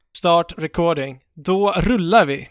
Start recording. Då rullar vi.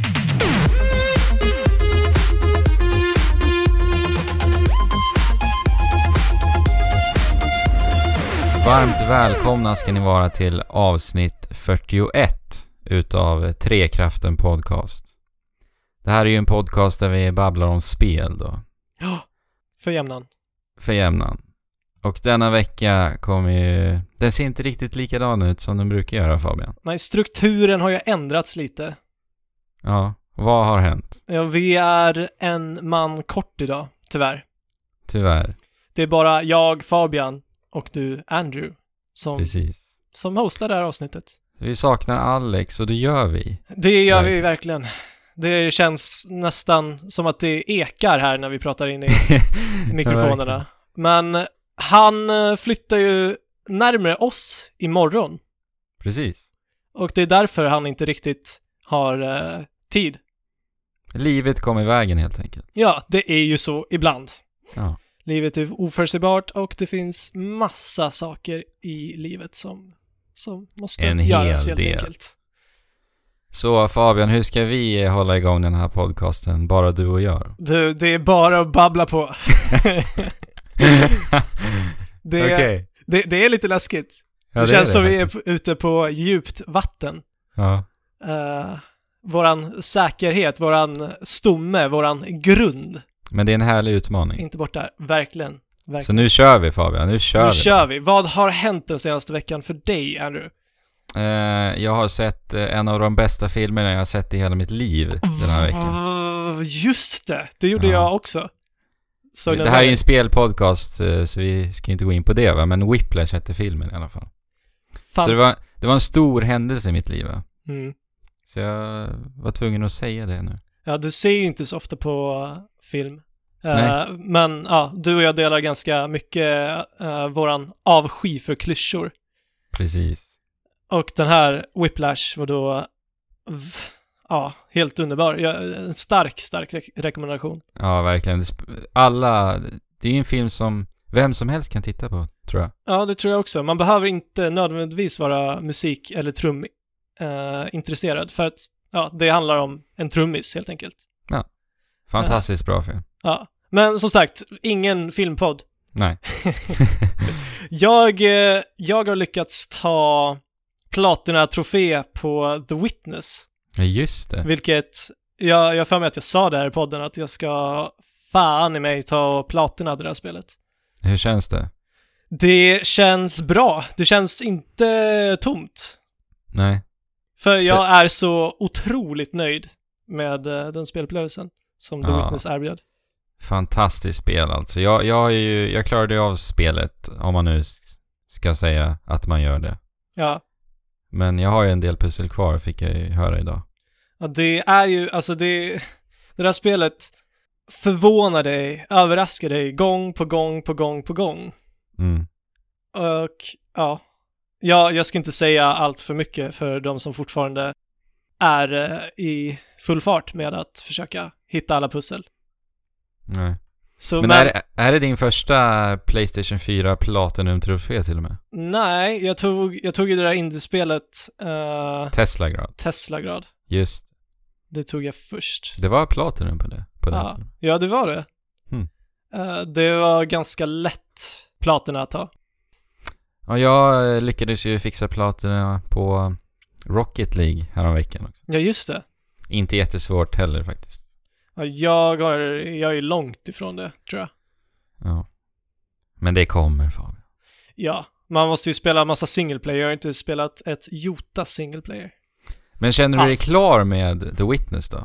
Varmt välkomna ska ni vara till avsnitt 41 utav Trekraften podcast. Det här är ju en podcast där vi babblar om spel då. Ja, för jämnan. Och denna vecka kommer ju... Den ser inte riktigt likadan ut som den brukar göra, Fabian. Nej, strukturen har ju ändrats lite. Ja, vad har hänt? Ja, vi är en man kort idag, tyvärr. Tyvärr. Det är bara jag, Fabian, och du, Andrew, som hostar det här avsnittet. Vi saknar Alex och det gör vi. Det gör vi verkligen. Det känns nästan som att det ekar här när vi pratar in i mikrofonerna. Men han flyttar ju närmare oss imorgon. Precis. Och det är därför han inte riktigt har tid. Livet kom i vägen helt enkelt. Ja, det är ju så ibland. Ja. Livet är oförutsägbart och det finns massa saker i livet som måste göras helt enkelt. Så Fabian, hur ska vi hålla igång den här podcasten? Bara du och jag? Det är bara att babbla på. Det är lite läskigt. Ja, det känns som vi är ute på djupt vatten. Ja. Våran säkerhet, våran stomme, våran grund. Men det är en härlig utmaning. Inte bort där, verkligen. Så nu kör vi, Fabian, nu kör vi. Vad har hänt den senaste veckan för dig, Andrew? Jag har sett en av de bästa filmerna jag har sett i hela mitt liv den här veckan. Just det gjorde jag också. Så det här är ju en spelpodcast, så vi ska inte gå in på det, va? Men Whiplash hette filmen i alla fall. Fan. Så det var en stor händelse i mitt liv, va? Mm. Så jag var tvungen att säga det nu. Ja, du ser ju inte så ofta på film. Men ja, du och jag delar ganska mycket våran avsky för klyschor. Precis. Och den här Whiplash var då helt underbar. En stark rekommendation. Ja, verkligen. Det är ju en film som vem som helst kan titta på, tror jag. Ja, det tror jag också. Man behöver inte nödvändigtvis vara musik- eller intresserad, för att det handlar om en trummis helt enkelt. Ja, fantastiskt bra film. Ja, men som sagt, ingen filmpodd. Nej. Jag har lyckats ta platina-trofé på The Witness. Ja, just det. Vilket, jag för mig att jag sa där i podden att jag ska fan i mig ta platina det där spelet. Hur känns det? Det känns bra. Det känns inte tomt. Nej. För jag är så otroligt nöjd med den spelupplevelsen som The Witness erbjöd. Fantastiskt spel alltså. Jag klarade av spelet, om man nu ska säga att man gör det. Ja. Men jag har ju en del pussel kvar, fick jag ju höra idag. Ja, det är ju, alltså det där spelet förvånar dig, överraskar dig gång på gång. Mm. Och jag ska inte säga allt för mycket för de som fortfarande är i full fart med att försöka hitta alla pussel. Nej. Så, men är det din första PlayStation 4 Platinum-trofé till och med? Nej, jag tog ju det där indiespelet Teslagrad. Just. Det tog jag först. Det var Platinum på det. Ja, det var det. Det var ganska lätt platina att ta. Ja, jag lyckades ju fixa platina på Rocket League häromveckan också. Ja, just det. Inte jättesvårt heller faktiskt. Ja, jag är långt ifrån det, tror jag. Ja. Men det kommer, Fabian. Ja, man måste ju spela massa singleplayer. Jag har inte spelat ett jota singleplayer. Men känner du dig klar med The Witness då?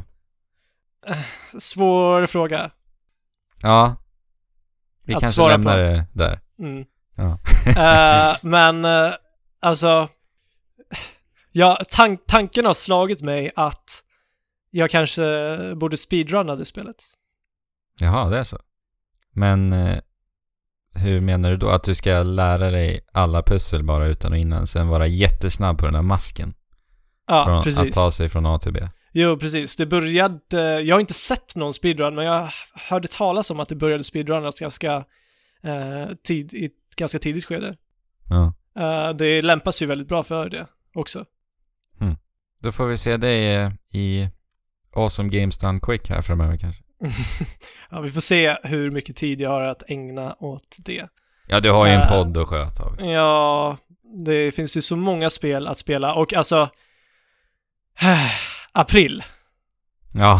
Svår fråga. Ja. Vi att kanske lämnar det där. Mm. Ja. Men alltså tanken har slagit mig att jag kanske borde speedrunna det spelet. Jaha, det är så. Men hur menar du då? Att du ska lära dig alla pussel bara utan och innan, sen vara jättesnabb på den där masken? Ja, precis. Att ta sig från A till B. Jo, precis. Det började... Jag har inte sett någon speedrun, men jag hörde talas om att det började speedrunnas i ett ganska tidigt skede. Ja. Det lämpas ju väldigt bra för det också. Mm. Då får vi se det i Awesome Games Done Quick här framöver kanske. Ja, vi får se hur mycket tid jag har att ägna åt det. Ja, du har ju en podd att sköta av. Ja, det finns ju så många spel att spela. Och alltså, april. Ja.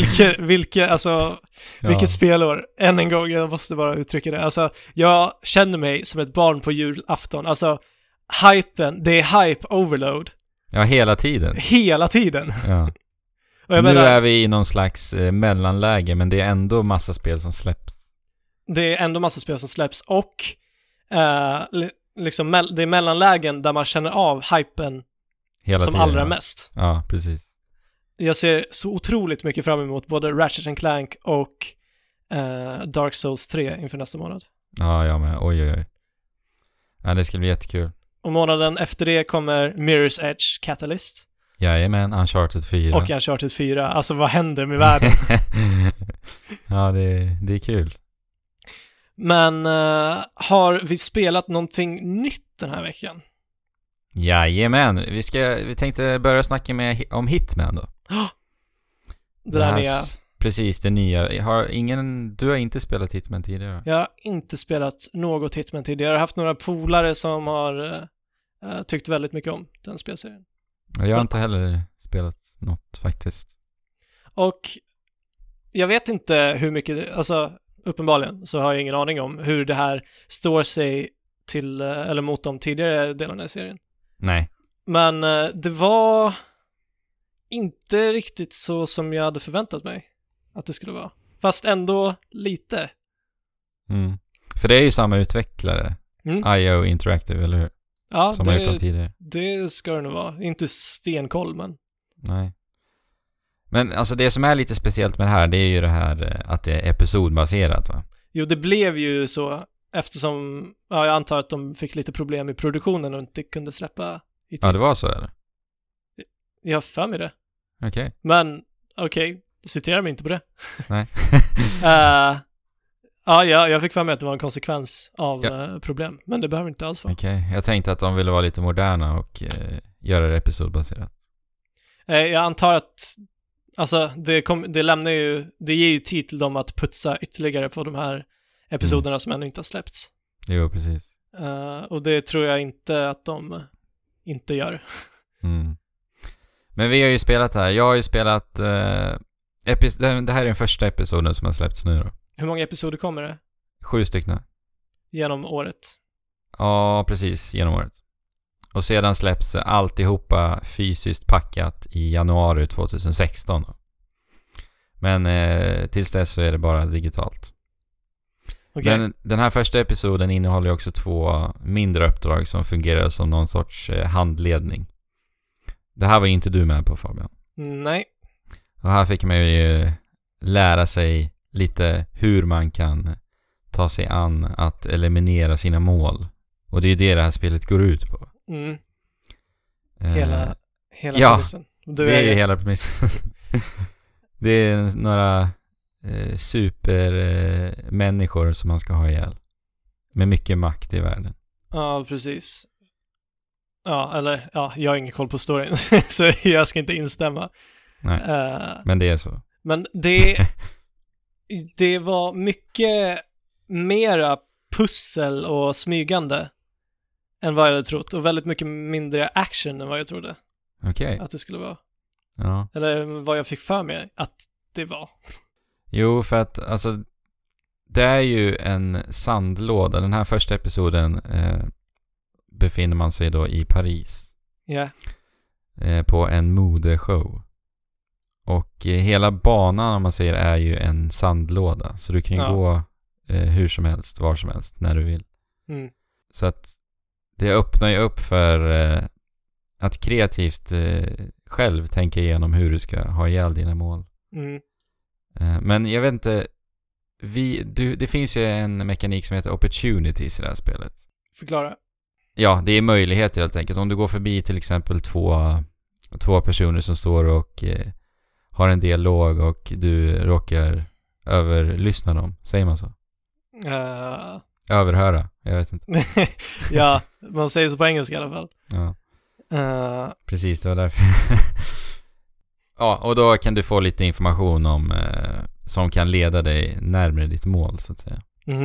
Vilket spelår. Än en gång, jag måste bara uttrycka det. Alltså, jag känner mig som ett barn på julafton. Alltså, hypen, det är hype overload. Ja, hela tiden. Hela tiden. Ja. Och nu är vi i någon slags mellanläge, men det är ändå massa spel som släpps. Det är ändå massa spel som släpps och liksom det är mellanlägen där man känner av hypen hela som tiden, allra mest. Ja, precis. Jag ser så otroligt mycket fram emot både Ratchet & Clank och Dark Souls 3 inför nästa månad. Ja, jag med. Oj. Ja, det ska bli jättekul. Och månaden efter det kommer Mirror's Edge Catalyst. Jajamän, Uncharted 4. Och Uncharted 4. Alltså, vad händer med världen? Ja, det är kul. Men har vi spelat någonting nytt den här veckan? Jajamän, vi tänkte börja snacka om Hitman då. Det där nya. Precis, det nya. Du har inte spelat Hitman tidigare? Jag har inte spelat något Hitman tidigare. Jag har haft några polare som har tyckt väldigt mycket om den spelserien. Jag har inte heller spelat något faktiskt. Och jag vet inte hur mycket, alltså uppenbarligen så har jag ingen aning om hur det här står sig till, eller mot de tidigare delarna i serien. Nej. Men det var inte riktigt så som jag hade förväntat mig att det skulle vara. Fast ändå lite. Mm. För det är ju samma utvecklare. IO Interactive, eller hur? Ja, som har gjort dem tidigare. Det ska det nog vara. Inte stenkoll, men... Nej. Men alltså det som är lite speciellt med det här, det är ju det här att det är episodbaserat, va? Jo, det blev ju så eftersom, jag antar att de fick lite problem i produktionen och inte kunde släppa i tid. Ja, det var så, eller? Jag har för mig det. Okej. Men, citera mig inte på det. Nej. Jag fick för mig att det var en konsekvens av problem, men det behöver inte alls vara. Okej, jag tänkte att de ville vara lite moderna och göra det episodbaserat. Jag antar att alltså det ger ju tid till dem att putsa ytterligare på de här episoderna som ännu inte har släppts. Jo, precis. Och det tror jag inte att de inte gör. Men vi har ju spelat här. Jag har ju spelat det här är den första episoden som har släppts nu då. Hur många episoder kommer det? 7 stycken. Genom året? Ja, precis. Genom året. Och sedan släpps alltihopa fysiskt packat i januari 2016 då. Men tills dess så är det bara digitalt. Okay. Men den här första episoden innehåller också 2 mindre uppdrag som fungerar som någon sorts handledning. Det här var inte du med på, Fabian. Nej. Och här fick man ju lära sig lite hur man kan ta sig an att eliminera sina mål. Och det är ju det här spelet går ut på. Hela premissen. Det är ju hela premissen. Det är några supermänniskor som man ska ha ihjäl. Med mycket makt i världen. Ja, precis. Jag har ingen koll på storyn så jag ska inte instämma. Nej, men det är så. Men det var mycket mera pussel och smygande än vad jag hade trott. Och väldigt mycket mindre action än vad jag trodde. Okej. Att det skulle vara. Ja. Eller vad jag fick för mig att det var. Jo, för att alltså det är ju en sandlåda. Den här första episoden befinner man sig då i Paris. Ja. På en modeshow. Och hela banan, om man säger, är ju en sandlåda. Så du kan ju gå hur som helst, var som helst, när du vill. Så att det öppnar ju upp för att kreativt själv tänka igenom hur du ska ha ihjäl dina mål. Men jag vet inte, det finns ju en mekanik som heter opportunities i det här spelet. Förklara. Ja, det är möjligheter helt enkelt. Om du går förbi till exempel två personer som står och har en dialog och du råkar överlyssna dem. Säger man så? Överhöra, jag vet inte. Ja, man säger så på engelska i alla fall. Ja. Precis, det var därför. Ja, och då kan du få lite information om som kan leda dig närmare ditt mål, så att säga.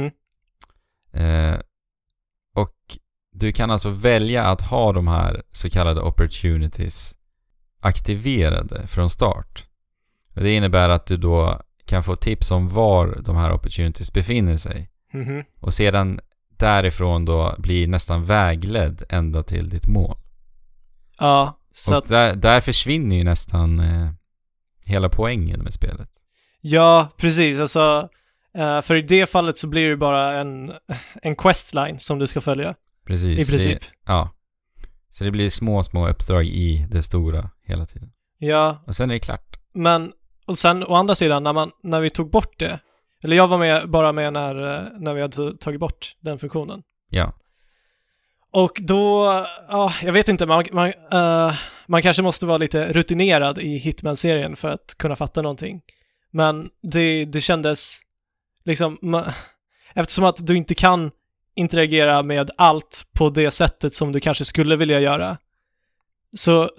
Och du kan alltså välja att ha de här så kallade opportunities aktiverade från start. Och det innebär att du då kan få tips om var de här opportunities befinner sig. Och sedan därifrån då blir nästan vägledd ända till ditt mål. Ja, så och där försvinner ju nästan hela poängen med spelet. Ja, precis. Alltså, för i det fallet så blir det bara en questline som du ska följa. Precis. I princip. Ja. Så det blir små uppdrag i det stora hela tiden. Ja. Och sen är det klart. Men, och sen å andra sidan, när vi tog bort det, eller jag var med när vi hade tagit bort den funktionen. Ja. Och då, ja, jag vet inte, man kanske måste vara lite rutinerad i Hitman-serien för att kunna fatta någonting. Men det kändes liksom, eftersom att du inte kan interagera med allt på det sättet som du kanske skulle vilja göra, så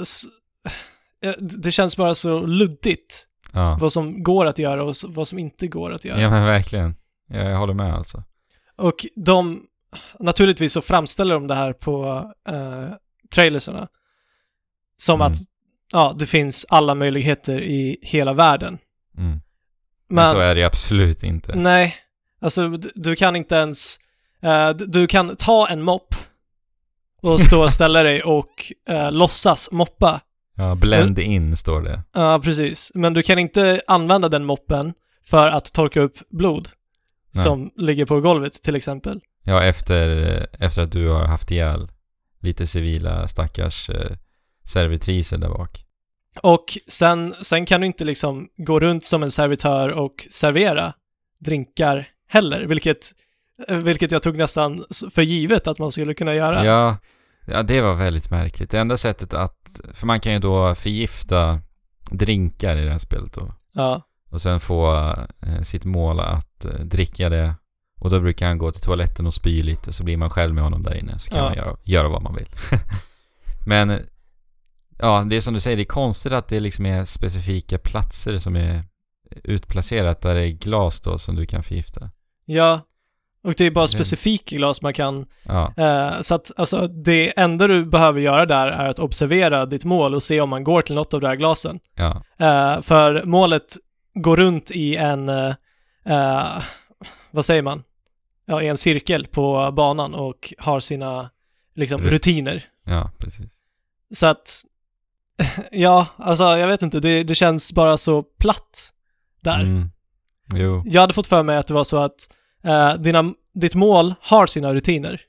det känns bara så luddigt vad som går att göra och vad som inte går att göra. Ja, men verkligen. Jag håller med alltså. Och naturligtvis så framställer de det här på trailersarna som att det finns alla möjligheter i hela världen. Men så är det absolut inte. Nej, alltså du kan inte ens du kan ta en mopp och stå och ställa dig och låtsas moppa. Ja, blend in står det. Ja, precis. Men du kan inte använda den moppen för att torka upp blod. Nej. Som ligger på golvet till exempel. Ja, efter att du har haft ihjäl lite civila stackars servitriser där bak. Och sen kan du inte liksom gå runt som en servitör och servera drinkar heller, vilket jag tog nästan för givet att man skulle kunna göra. Ja, det var väldigt märkligt. Det enda sättet för man kan ju då förgifta drinkar i det här spelet då. Ja. Och sen få sitt mål att dricka det. Och då brukar han gå till toaletten och spy lite, så blir man själv med honom där inne, så kan man göra vad man vill. Men ja, det är som du säger, det är konstigt att det liksom är specifika platser som är utplacerat där det är glas då som du kan förgifta. Ja, och det är bara specifika glas man kan. Så att alltså, det enda du behöver göra där är att observera ditt mål och se om man går till något av de här glasen. Ja. För målet går runt i en vad säger man? Ja, i en cirkel på banan och har sina liksom rutiner. Ja, precis. Så att ja, alltså jag vet inte, det känns bara så platt där. Jo. Jag hade fått för mig att det var så att ditt mål har sina rutiner.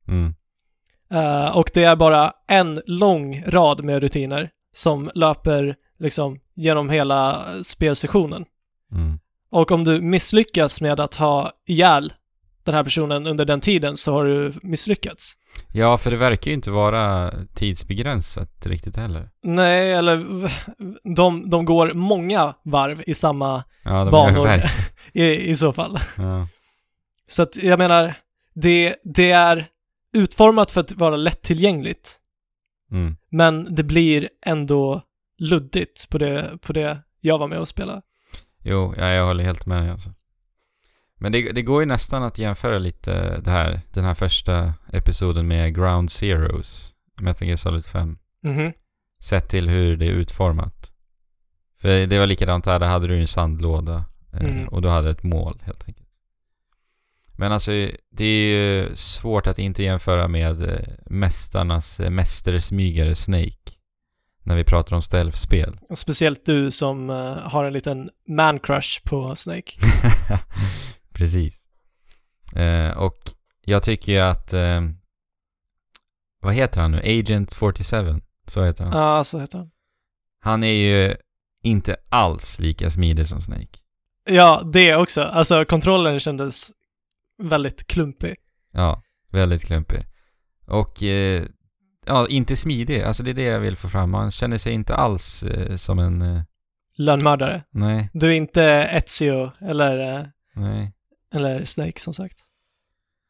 Och det är bara en lång rad med rutiner som löper liksom genom hela spelsessionen. Och om du misslyckas med att ha ihjäl den här personen under den tiden, så har du misslyckats. Ja, för det verkar ju inte vara tidsbegränsat riktigt heller. Nej, eller de går många varv i samma banor i så fall. Ja. Så att jag menar, det är utformat för att vara lättillgängligt. Men det blir ändå luddigt på det jag var med och spela. Jo, jag håller helt med dig alltså. Men det går ju nästan att jämföra lite den här första episoden med Ground Zeroes, Metal Gear Solid 5. Sett till hur det är utformat. För det var likadant här, där hade du en sandlåda och du hade ett mål helt enkelt. Men alltså, det är ju svårt att inte jämföra med mästarnas mästersmygare Snake när vi pratar om stealth-spel. Speciellt du som har en liten man-crush på Snake. Precis. Och jag tycker ju att vad heter han nu? Agent 47, så heter han. Ja, så heter han. Han är ju inte alls lika smidig som Snake. Ja, det också. Alltså, kontrollen kändes väldigt klumpig. Ja, väldigt klumpig. Och inte smidig. Alltså det är det jag vill få fram. Man känner sig inte alls som en lönnmördare. Nej. Du är inte Ezio eller nej. Eller Snake som sagt.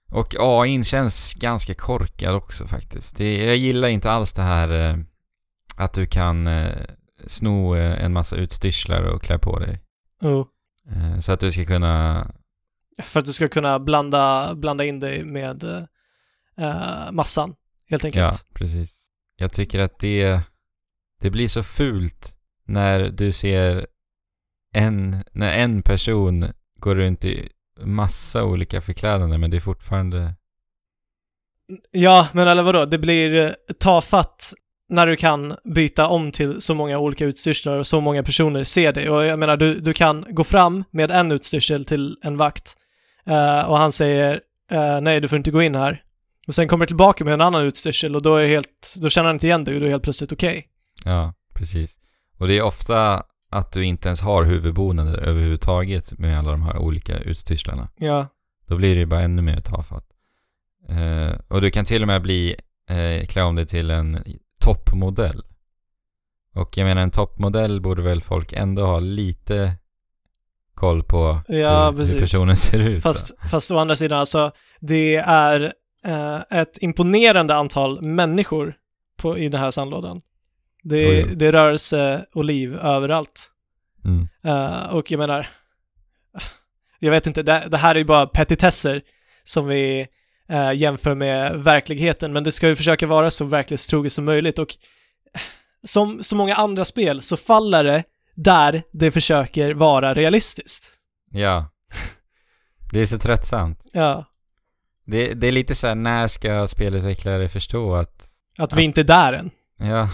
Och AI känns ganska korkad också faktiskt. Jag gillar inte alls det här att du kan sno en massa utstyrslar och klä på dig. Så att du ska kunna... För att du ska kunna blanda in dig med massan, helt enkelt. Ja, precis. Jag tycker att det blir så fult när du ser när en person går runt i massa olika förklädnader, men det är fortfarande... Ja, men eller vadå? Det blir tafatt när du kan byta om till så många olika utstyrslar och så många personer ser dig. Och jag menar, du kan gå fram med en utstyrsel till en vakt och han säger nej, du får inte gå in här. Och sen kommer du tillbaka med en annan utstyrsel och då känner han inte igen dig och då är helt plötsligt okej. Ja, precis. Och det är ofta att du inte ens har huvudbonader överhuvudtaget med alla de här olika utstyrslarna. Ja. Då blir det bara ännu mer tafatt. Och du kan till och med klä om dig till en toppmodell. Och jag menar, en toppmodell borde väl folk ändå ha lite koll på hur personen ser ut. Fast å andra sidan, alltså, det är ett imponerande antal människor i den här sandlådan. Det är rörelse och liv överallt. Och jag menar, jag vet inte, det här är ju bara petitesser som vi jämför med verkligheten, men det ska ju försöka vara så verklighetstroget som möjligt, och som så många andra spel så faller det där det försöker vara realistiskt. Ja. Det är så tröttsamt. Ja. Det är lite så här, när ska spelutvecklare förstå att vi inte är där än? Ja.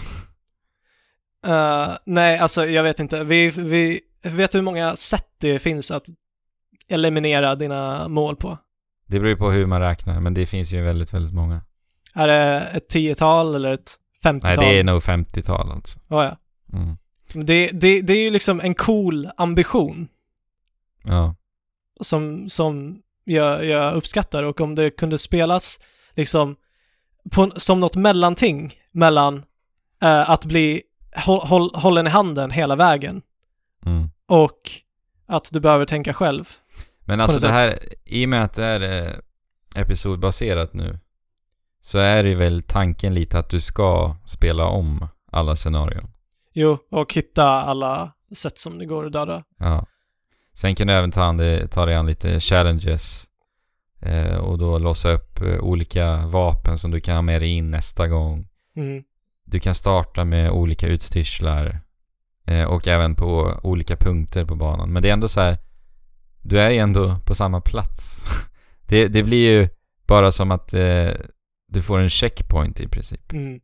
Nej, alltså jag vet inte. Vi vet hur många sätt det finns att eliminera dina mål på. Det beror ju på hur man räknar, men det finns ju väldigt, väldigt många. Är det ett 10-tal eller ett 50-tal? Nej, det är nog 50-tal alltså. Ja. Det är ju liksom en cool ambition. Ja. Som jag uppskattar, och om det kunde spelas liksom som något mellanting mellan att bli hållen i handen hela vägen och att du behöver tänka själv. Men alltså det här, i och med att det är episodbaserat nu, så är det väl tanken lite att du ska spela om alla scenarion. Jo, och hitta alla sätt som det går att döda. Ja. Sen kan du även ta dig an lite challenges och då låsa upp olika vapen som du kan ha med dig in nästa gång. Du kan starta med olika utstyrslar och även på olika punkter på banan. Men det är ändå så här, du är ju ändå på samma plats. Det blir ju bara som att du får en checkpoint i princip.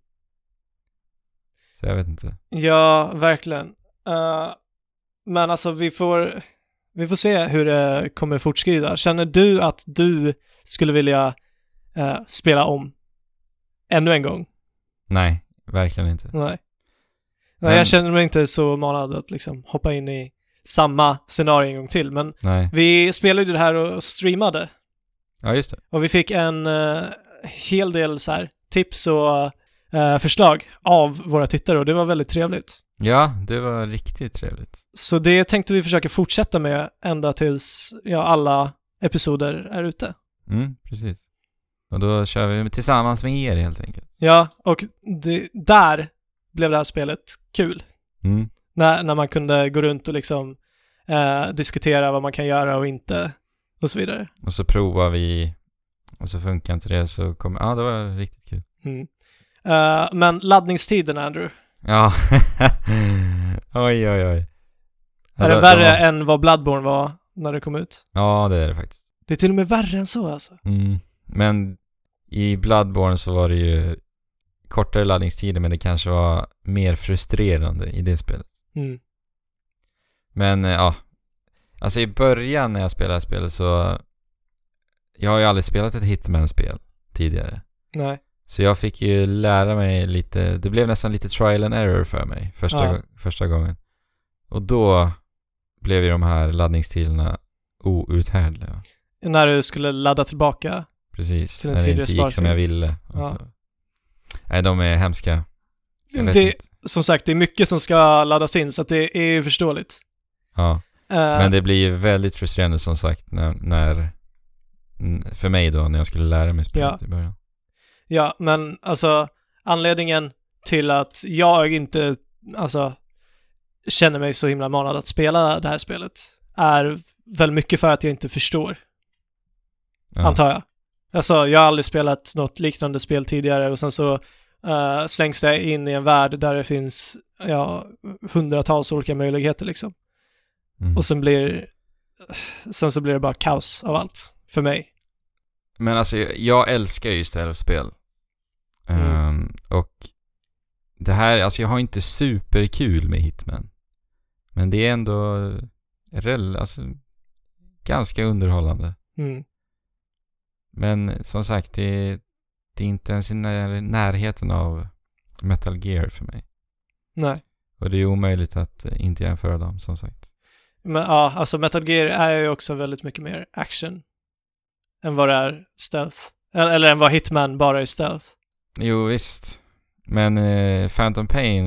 Så jag vet inte. Ja, verkligen. Men alltså vi får se hur det kommer fortskrida. Känner du att du skulle vilja spela om ännu en gång? Nej, verkligen inte. Nej, jag känner mig inte så manad att liksom hoppa in i samma scenario en gång till. Men vi spelade ju det här och streamade. Ja, just det. Och vi fick en hel del så här tips och förslag av våra tittare, och det var väldigt trevligt. Ja, det var riktigt trevligt. Så det tänkte vi försöka fortsätta med ända tills alla episoder är ute. Precis. Och då kör vi tillsammans med er helt enkelt. Ja, och där blev det här spelet kul. När man kunde gå runt och liksom diskutera vad man kan göra och inte och så vidare. Och så provar vi, och så funkar inte det, så kommer... det var riktigt kul. Men laddningstiden, Andrew. Ja. Oj. Är det värre än vad Bloodborne var när det kom ut? Ja, det är det faktiskt. Det är till och med värre än så alltså. Men i Bloodborne så var det ju kortare laddningstider, men det kanske var mer frustrerande i det spelet. Men alltså i början när jag spelade spelet så... Jag har ju aldrig spelat ett Hitman-spel tidigare. Nej. Så jag fick ju lära mig lite... Det blev nästan lite trial and error för mig första gången. Och då blev ju de här laddningstiderna outhärdliga. När du skulle ladda tillbaka. Precis, när det inte gick som jag ville. Nej, de är hemska. Som sagt, det är mycket som ska laddas in, så att det är ju förståeligt. Ja, men det blir ju väldigt frustrerande som sagt när för mig då när jag skulle lära mig spelet i början. Ja, men alltså anledningen till att jag inte känner mig så himla manad att spela det här spelet är väl mycket för att jag inte förstår. Antar jag. Alltså, jag har aldrig spelat något liknande spel tidigare och sen så slängs jag in i en värld där det finns hundratals olika möjligheter liksom. Och sen så blir det bara kaos av allt för mig. Men alltså, jag älskar ju stealth-spel. Och det här, alltså jag har inte superkul med Hitman. Men det är ändå ganska underhållande. Men som sagt, det är inte ens i närheten av Metal Gear för mig. Nej. Och det är omöjligt att inte jämföra dem, som sagt. Men ja, alltså Metal Gear är ju också väldigt mycket mer action än vad det är stealth. Eller än vad Hitman bara är stealth. Jo, visst. Men Phantom Pain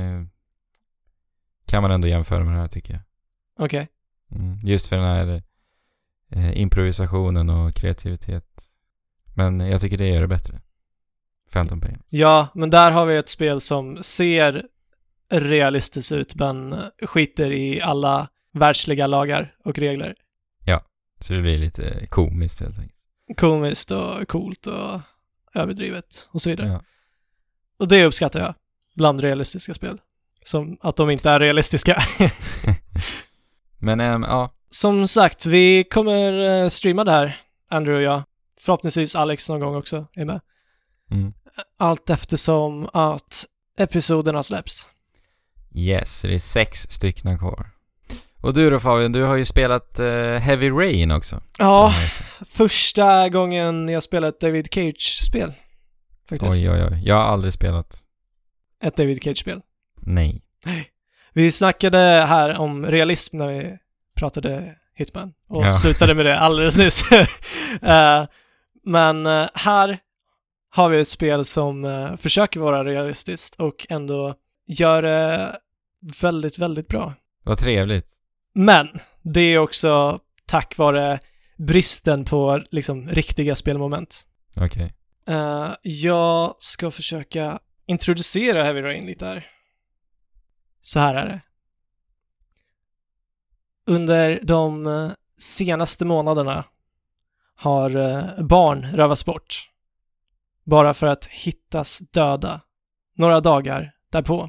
kan man ändå jämföra med det här, tycker jag. Okej. Just för den här improvisationen och kreativitet. Men jag tycker det gör det bättre. Phantom Pain. Ja, men där har vi ett spel som ser realistiskt ut men skiter i alla världsliga lagar och regler. Ja, så det blir lite komiskt helt enkelt. Komiskt och coolt och överdrivet och så vidare. Ja. Och det uppskattar jag bland realistiska spel. Som att de inte är realistiska. Men ja. Som sagt, vi kommer streama det här, Andrew och jag. Förhoppningsvis Alex någon gång också är med. Allt eftersom att episoderna släpps. Yes, det är 6 stycken kvar. Och du då Fabian, du har ju spelat Heavy Rain också. Ja, första gången jag spelat ett David Cage-spel. Faktiskt. Oj. Jag har aldrig spelat ett David Cage-spel. Nej. Vi snackade här om realism när vi pratade Hitman. Och slutade med det alldeles nyss. Men här har vi ett spel som försöker vara realistiskt och ändå gör det väldigt, väldigt bra. Vad trevligt. Men det är också tack vare bristen på liksom riktiga spelmoment. Okej. Jag ska försöka introducera Heavy Rain lite här. Så här är det. Under de senaste månaderna har barn rövats bort. Bara för att hittas döda några dagar därpå.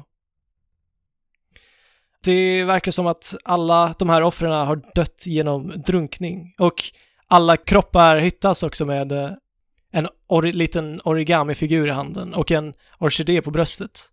Det verkar som att alla de här offren har dött genom drunkning. Och alla kroppar hittas också med en liten origami-figur i handen och en orkidé på bröstet.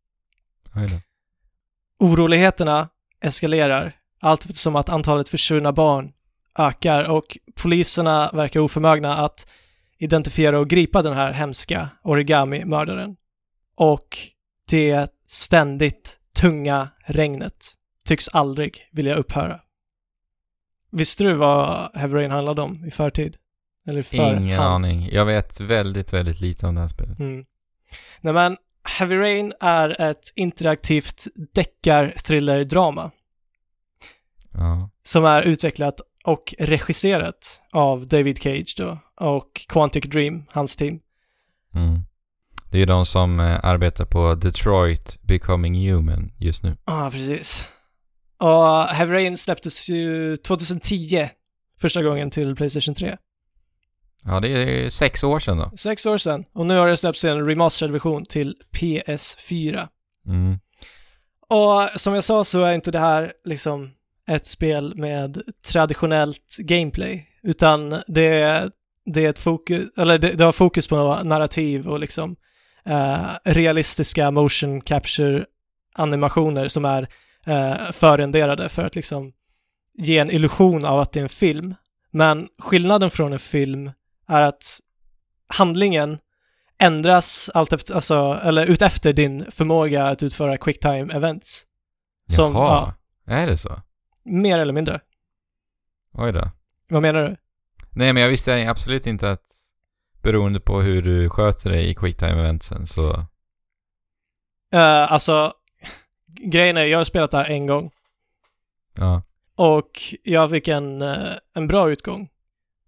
Oroligheterna eskalerar allt eftersom att antalet försvunna barn ökar och poliserna verkar oförmögna att identifiera och gripa den här hemska origami-mördaren. Och det ständigt tunga regnet tycks aldrig vilja upphöra. Visste du vad Heavy Rain handlade om i förtid? Eller Ingen aning. Jag vet väldigt, väldigt lite om det här spelet. Nej, men Heavy Rain är ett interaktivt deckar-thriller-drama. Ja. Som är utvecklat och regisserat av David Cage då, och Quantic Dream, hans team. Det är ju de som arbetar på Detroit Becoming Human just nu. Ja, precis. Och Heavy Rain släpptes ju 2010 första gången till PlayStation 3. Ja, det är 6 år sedan då. 6 år sedan. Och nu har det släppts en remastered version till PS4. Och som jag sa så är inte det här liksom ett spel med traditionellt gameplay, utan det är ett fokus, eller det har fokus på narrativ och liksom realistiska motion capture animationer som är förrenderade för att liksom ge en illusion av att det är en film. Men skillnaden från en film är att handlingen ändras allt efter, eller utefter din förmåga att utföra quicktime events. Som, Jaha, är det så? Mer eller mindre. Oj då. Vad menar du? Nej, men jag visste absolut inte att beroende på hur du sköter dig i quicktime eventsen så... Alltså, grejen är, jag har spelat det här en gång. Ja. Och jag fick en bra utgång.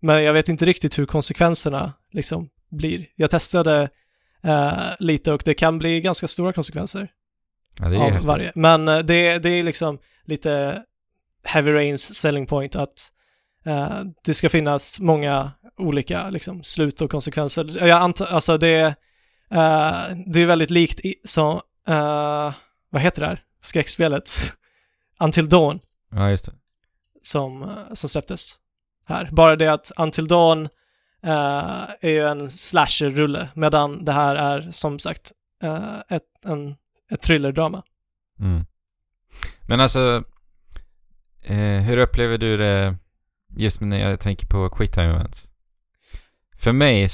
Men jag vet inte riktigt hur konsekvenserna liksom blir. Jag testade lite och det kan bli ganska stora konsekvenser. Ja, det är varje. Men det är liksom lite Heavy Rains selling point att det ska finnas många olika liksom, slut och konsekvenser. Jag antar, alltså det är väldigt likt som vad heter det här? Skräckspelet Until Dawn. Ja, just det. Som släpptes här. Bara det att Until Dawn är ju en slasher-rulle, medan det här är som sagt ett thrillerdrama. Mm. Men alltså hur upplever du det just när jag tänker på quicktime events? För mig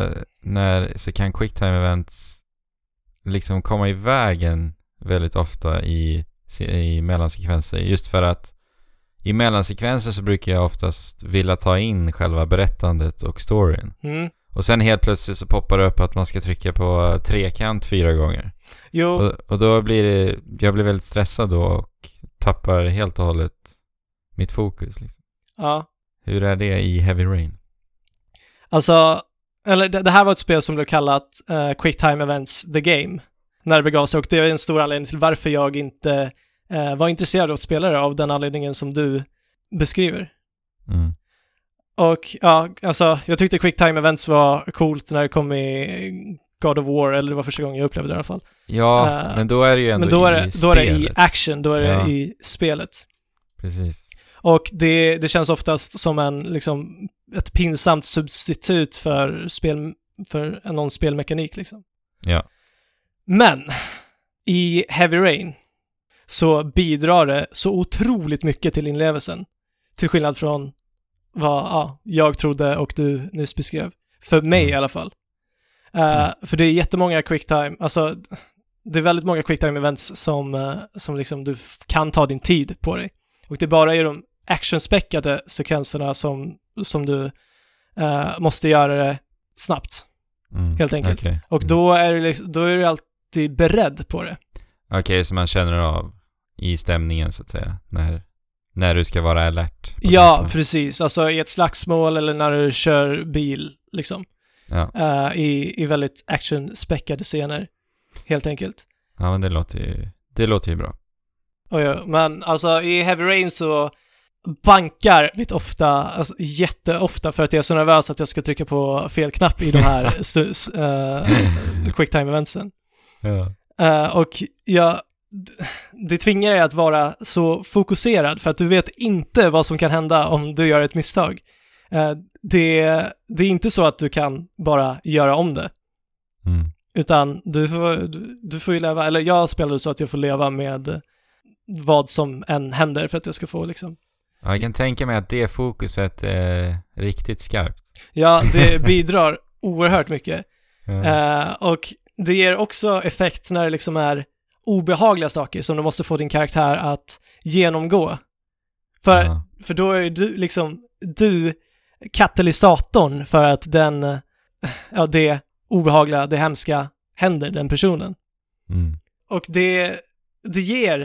så kan quicktime events liksom komma i vägen väldigt ofta i mellansekvenser, just för att i mellansekvenser så brukar jag oftast vilja ta in själva berättandet och storyn. Mm. Och sen helt plötsligt så poppar det upp att man ska trycka på trekant 4 gånger. Jo. Och då blir det, jag blir väldigt stressad då och tappar helt och hållet mitt fokus liksom. Ja. Hur är det i Heavy Rain? Alltså, eller det här var ett spel som blev kallat Quicktime Events The Game när det begav sig, och det är en stor anledning till varför jag inte var intresserad av spelare av den anledningen som du beskriver. Mm. Och ja, alltså jag tyckte Quicktime Events var coolt när det kom i God of War, eller det var första gången jag upplevde det i alla fall. Ja, men då är det ju ändå då är det i action, då är det ja. I spelet. Precis. Och det känns oftast som ett pinsamt substitut för någon spelmekanik liksom. Ja. Men i Heavy Rain så bidrar det så otroligt mycket till inlevelsen, till skillnad från vad jag trodde och du nyss beskrev. För mig i alla fall. För det är jättemånga quicktime, alltså det är väldigt många quicktime events som liksom du kan ta din tid på dig. Och det är bara i de actionspäckade sekvenserna som du måste göra det snabbt. Helt enkelt. Okay. Och då är du alltid beredd på det. Okej, så man känner av i stämningen så att säga när du ska vara alert. Ja, precis. Alltså i ett slagsmål eller när du kör bil liksom. Ja. I väldigt actionspäckade scener. Helt enkelt. Ja, men det låter ju bra. Men alltså i Heavy Rain så bankar mitt jätteofta för att jag är så nervös att jag ska trycka på fel knapp i de här quicktime eventsen. Ja. Och det tvingar dig att vara så fokuserad för att du vet inte vad som kan hända om du gör ett misstag. Det är inte så att du kan bara göra om det. Utan du får ju leva, eller jag spelar så att jag får leva med vad som än händer för att jag ska få liksom. Ja, jag kan tänka mig att det fokuset är riktigt skarpt. Ja, det bidrar oerhört mycket. Ja. Och det ger också effekt när det liksom är obehagliga saker som du måste få din karaktär att genomgå. För då är du katalysatorn för att det obehagliga, det hemska händer den personen. Och det ger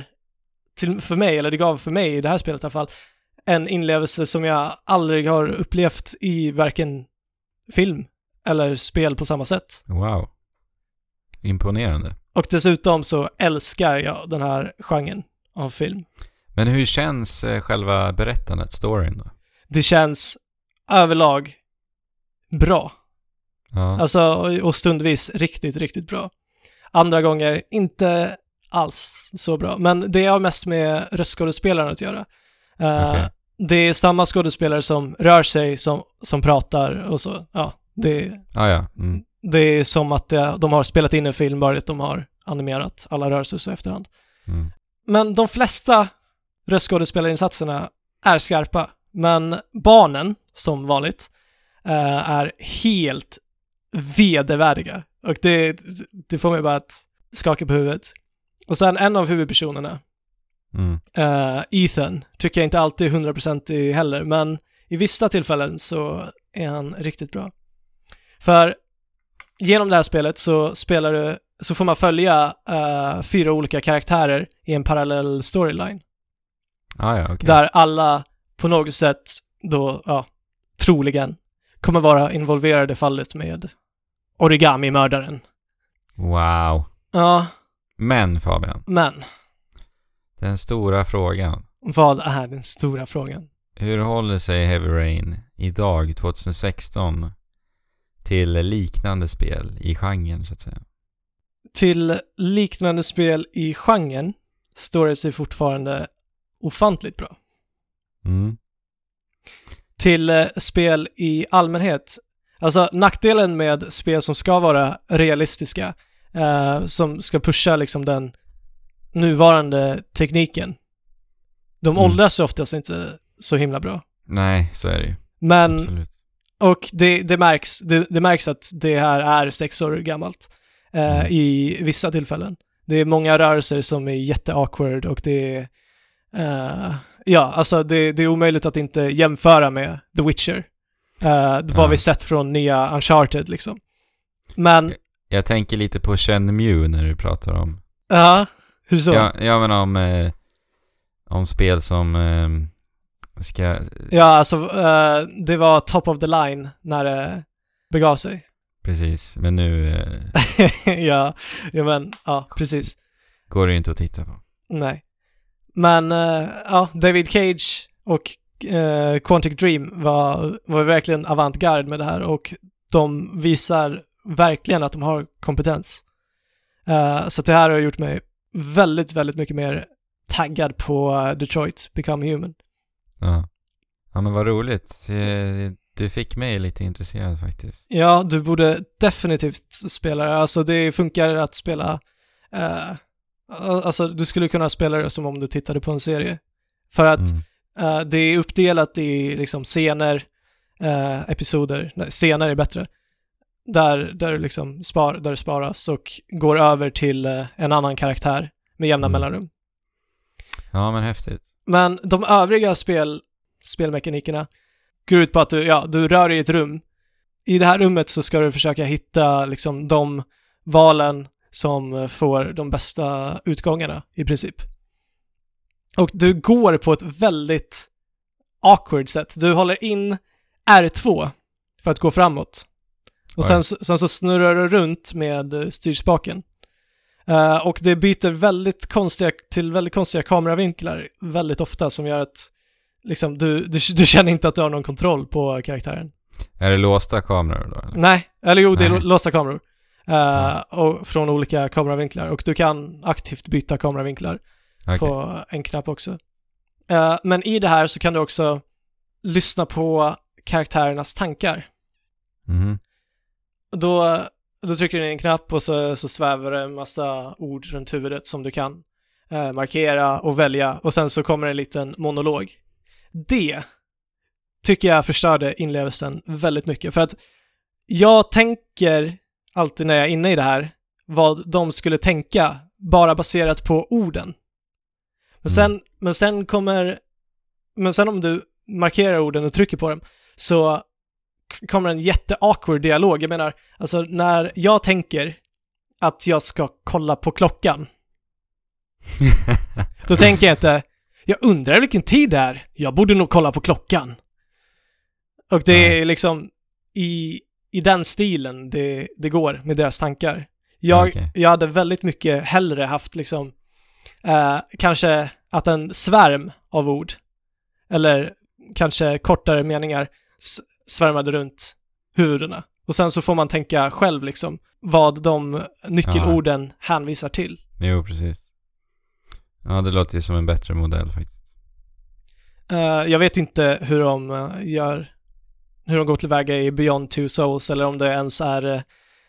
det gav för mig i det här spelet i alla fall en inlevelse som jag aldrig har upplevt i varken film eller spel på samma sätt. Wow. Imponerande. Och dessutom så älskar jag den här genren av film. Men hur känns själva berättandet, storyn då? Det känns överlag bra. Ja. Alltså, och stundvis riktigt, riktigt bra. Andra gånger inte alls så bra. Men det har mest med röstskådespelaren att göra. Okay. Det är samma skådespelare som rör sig, som pratar och så. Ja, det är som att de har spelat in en film, bara att de har animerat alla rörelser så efterhand. Men de flesta röstskådespelarinsatserna är skarpa. Men barnen, som vanligt, är helt vedervärdiga. Och det får mig bara att skaka på huvudet. Och sen en av huvudpersonerna, Ethan, tycker jag inte alltid 100% heller, men i vissa tillfällen så är han riktigt bra. För genom det här spelet så får man följa 4 olika karaktärer i en parallell storyline. Okay. Där alla på något sätt då troligen kommer vara involverade i fallet med origami-mördaren. Wow. Ja. Men Fabian. Men. Den stora frågan. Vad är den stora frågan? Hur håller sig Heavy Rain idag 2016 till liknande spel i genren så att säga? Till liknande spel i genren står det sig fortfarande ofantligt bra. Mm. Till spel i allmänhet. Alltså nackdelen med spel som ska vara realistiska, som ska pusha liksom den nuvarande tekniken. De åldras oftast inte så himla bra. Nej, så är det ju. Men, absolut. Och det märks att det här är 6 år gammalt i vissa tillfällen. Det är många rörelser som är jätte-awkward och det är alltså det är omöjligt att inte jämföra med The Witcher. Vad vi sett från nya Uncharted liksom. Men jag tänker lite på Shenmue när du pratar om. Ja, hur så? Ja men om spel som ska... Ja, alltså det var top of the line när det begav sig. Precis, men nu... ja, precis. Går det ju inte att titta på. Nej. Men David Cage och Quantic Dream var verkligen avantgarde med det här och de visar verkligen att de har kompetens. Så det här har gjort mig väldigt, väldigt mycket mer taggad på Detroit Become Human. Ja, men vad roligt. Du fick mig lite intresserad faktiskt. Ja, du borde definitivt spela det. Alltså det funkar att spela alltså du skulle kunna spela det som om du tittade på en serie. För att det är uppdelat i liksom scener, episoder. Nej, scener är bättre. Där liksom där det sparas och går över till en annan karaktär med jämna mellanrum. Ja, men häftigt. Men de övriga spelmekanikerna går ut på att du rör i ett rum. I det här rummet så ska du försöka hitta liksom de valen som får de bästa utgångarna i princip. Och du går på ett väldigt awkward sätt. Du håller in R2 för att gå framåt. Och sen så snurrar du runt med styrspaken. Och det byter väldigt konstiga kameravinklar väldigt ofta som gör att liksom, du känner inte att du har någon kontroll på karaktären. Är det låsta kameror då? Eller? Nej, eller jo, det är låsta kameror. Och från olika kameravinklar. Och du kan aktivt byta kameravinklar på en knapp också. Men i det här så kan du också lyssna på karaktärernas tankar. Då trycker du en knapp och så svävar det en massa ord runt huvudet som du kan markera och välja. Och sen så kommer en liten monolog. Det tycker jag förstörde inlevelsen väldigt mycket. För att jag tänker alltid när jag är inne i det här vad de skulle tänka bara baserat på orden. Men sen om du markerar orden och trycker på dem så kommer en jätte-awkward dialog. Jag menar, alltså när jag tänker att jag ska kolla på klockan då tänker jag inte, jag undrar vilken tid det är. Jag borde nog kolla på klockan. Och det är liksom i den stilen det går med deras tankar. Jag hade väldigt mycket hellre haft liksom kanske att en svärm av ord eller kanske kortare meningar svärmade runt huvudena. Och sen så får man tänka själv liksom vad de nyckelorden hänvisar till. Jo, precis. Ja, det låter ju som en bättre modell faktiskt. Jag vet inte hur de går tillväga i Beyond Two Souls eller om det ens är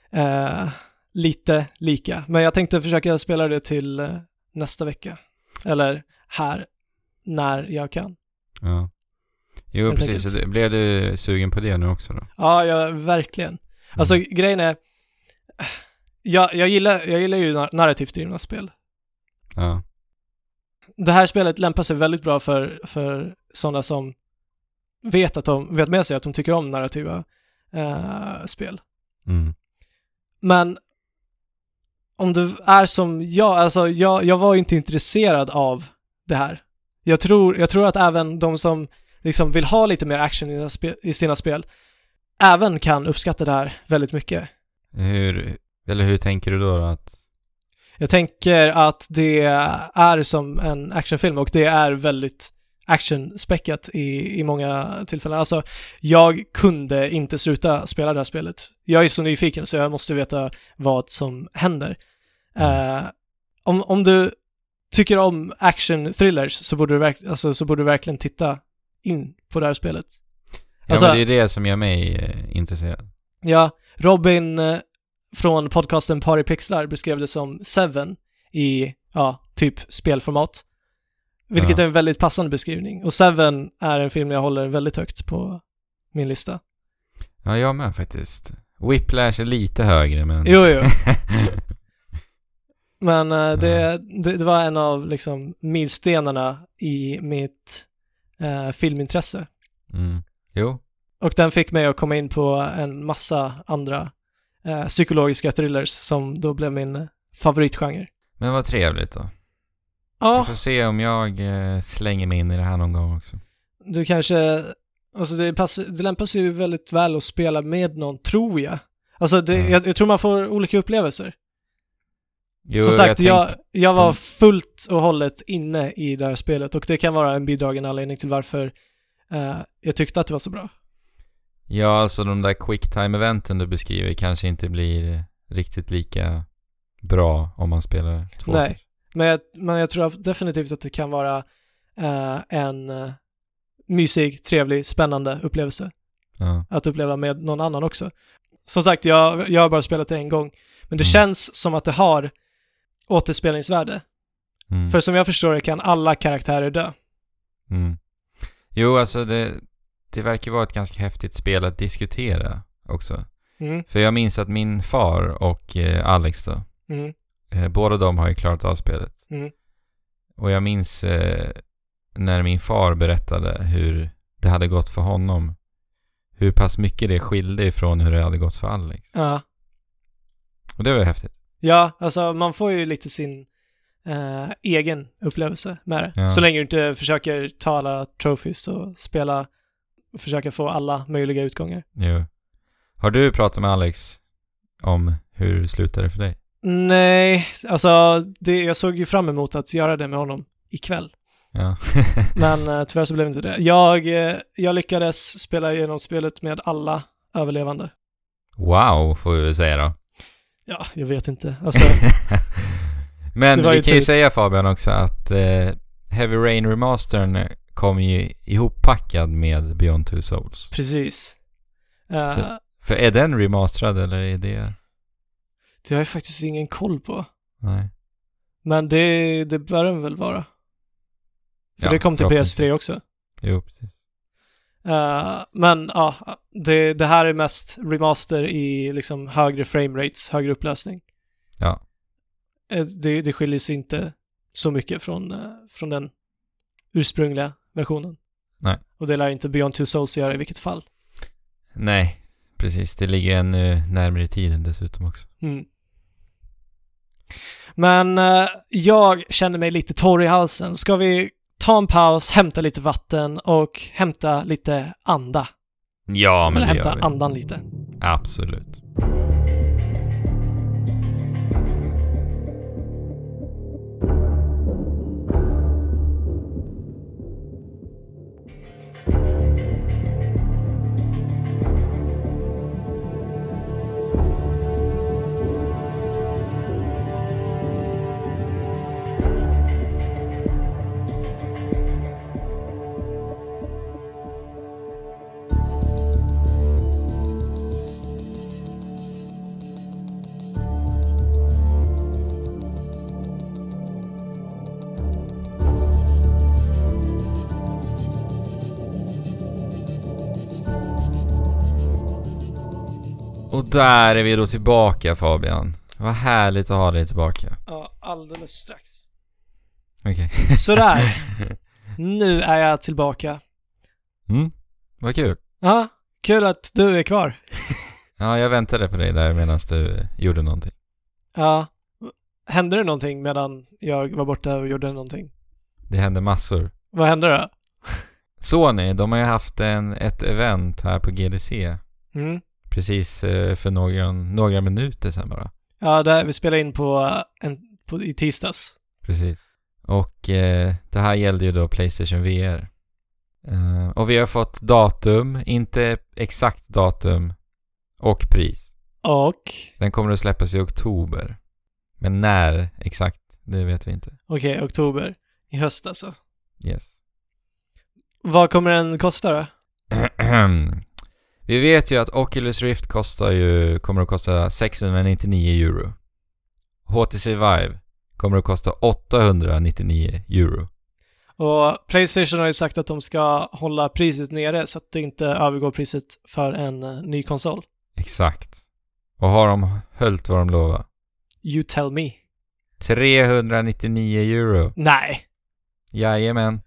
lite lika. Men jag tänkte försöka spela det till nästa vecka. Eller här när jag kan. Ja. Jo, precis. Så blev du sugen på det nu också då? Ja, verkligen. Alltså grejen är jag gillar ju narrativt drivna spel. Ja. Det här spelet lämpar sig väldigt bra för sådana som vet med sig att de tycker om narrativa spel. Men om du är som jag var inte intresserad av det här. Jag tror att även de som liksom vill ha lite mer action i sina spel även kan uppskatta det här väldigt mycket. Hur tänker du då att... Jag tänker att det är som en actionfilm och det är väldigt actionspäckat i många tillfällen. Alltså, jag kunde inte sluta spela det här spelet. Jag är så nyfiken så jag måste veta vad som händer. Om du tycker om action-thrillers så borde du verkligen titta in på det här spelet. Alltså, men det är det som gör mig intresserad. Ja, Robin från podcasten Party Pixlar beskrev det som Seven i typ spelformat. Vilket är en väldigt passande beskrivning. Och Seven är en film jag håller väldigt högt på min lista. Ja, jag med faktiskt. Whiplash är lite högre, men... Jo. Men det var en av liksom milstenarna i mitt filmintresse. Jo. Och den fick mig att komma in på en massa andra psykologiska thrillers som då blev min favoritgenre. Men vad trevligt då. Ja. Vi får se om jag slänger mig in i det här någon gång också. Du kanske... Alltså det lämpar sig ju väldigt väl att spela med någon, tror jag. Alltså jag tror man får olika upplevelser. Jo, som sagt, jag var fullt och hållet inne i det här spelet och det kan vara en bidragande anledning till varför jag tyckte att det var så bra. Ja, alltså de där quicktime-eventen du beskriver kanske inte blir riktigt lika bra om man spelar 2. Nej, men jag tror definitivt att det kan vara en mysig, trevlig, spännande upplevelse. Ja. Att uppleva med någon annan också. Som sagt, jag har bara spelat det en gång. Men det känns som att det har återspelningsvärde. För som jag förstår det kan alla karaktärer dö. Jo, alltså det verkar vara ett ganska häftigt spel att diskutera också. För jag minns att min far och Alex då, båda de har ju klarat av spelet. Och jag minns när min far berättade hur det hade gått för honom. Hur pass mycket det skilde ifrån hur det hade gått för Alex. Ja. Och det var häftigt. Ja, alltså man får ju lite sin egen upplevelse med det. Ja. Så länge du inte försöker ta alla trophies och försöka få alla möjliga utgångar. Jo. Har du pratat med Alex om hur det slutade för dig? Nej, alltså jag såg ju fram emot att göra det med honom ikväll. Ja. Men tyvärr så blev det inte det. Jag lyckades spela igenom spelet med alla överlevande. Wow, får vi väl säga då. Ja, jag vet inte. Alltså, men vi kan ju säga, Fabian, också att Heavy Rain Remastern kom ju ihoppackad med Beyond Two Souls. Precis. För är den remasterad eller är det... Det har jag faktiskt ingen koll på. Nej. Det bör den väl vara. För det kom till PS3 också. Jo, precis. Men ja, det här är mest remaster i liksom högre frame rates, högre upplösning. Ja. Det skiljer sig inte så mycket från den ursprungliga versionen. Nej. Och det lär inte Beyond Two Souls göra i vilket fall. Nej, precis. Det ligger ännu närmare i tiden dessutom också. Men jag känner mig lite torr i halsen. Ska vi ta en paus, hämta lite vatten och hämta lite anda? Ja, men eller det gör vi. Hämta andan lite. Absolut. Och där är vi då tillbaka, Fabian. Vad härligt att ha dig tillbaka. Ja, alldeles strax. Okej. Sådär. Nu är jag tillbaka. Vad kul. Ja, kul att du är kvar. Ja, jag väntade på dig där medan du gjorde någonting. Ja. Hände det någonting medan jag var borta och gjorde någonting? Det hände massor. Vad hände då? Sony, de har ju haft ett event här på GDC. Precis för några minuter sedan bara. Ja, där vi spelade in i tisdags. Precis. Och det här gällde ju då PlayStation VR. Och vi har fått datum, inte exakt datum, och pris. Och? Den kommer att släppas i oktober. Men när exakt, det vet vi inte. Okej, oktober. I höst alltså. Yes. Vad kommer den kosta då? Vi vet ju att Oculus Rift kommer att kosta 699 euro. HTC Vive kommer att kosta 899 euro. Och PlayStation har ju sagt att de ska hålla priset nere så att det inte övergår priset för en ny konsol. Exakt. Och har de höljt vad de lovar? You tell me. 399 euro. Nej. Jajamän.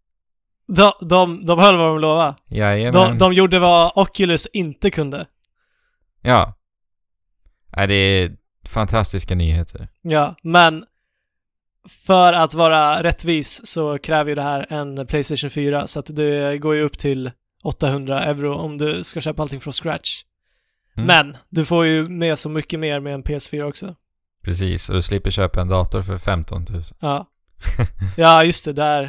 De höll vad de lovade. Jajamän. De gjorde vad Oculus inte kunde. Ja. Nej, det är fantastiska nyheter. Ja, men för att vara rättvis så kräver ju det här en PlayStation 4 så att det går ju upp till 800 euro om du ska köpa allting från scratch. Men du får ju med så mycket mer med en PS4 också. Precis, och du slipper köpa en dator för 15 000. Ja. Ja, just det, där.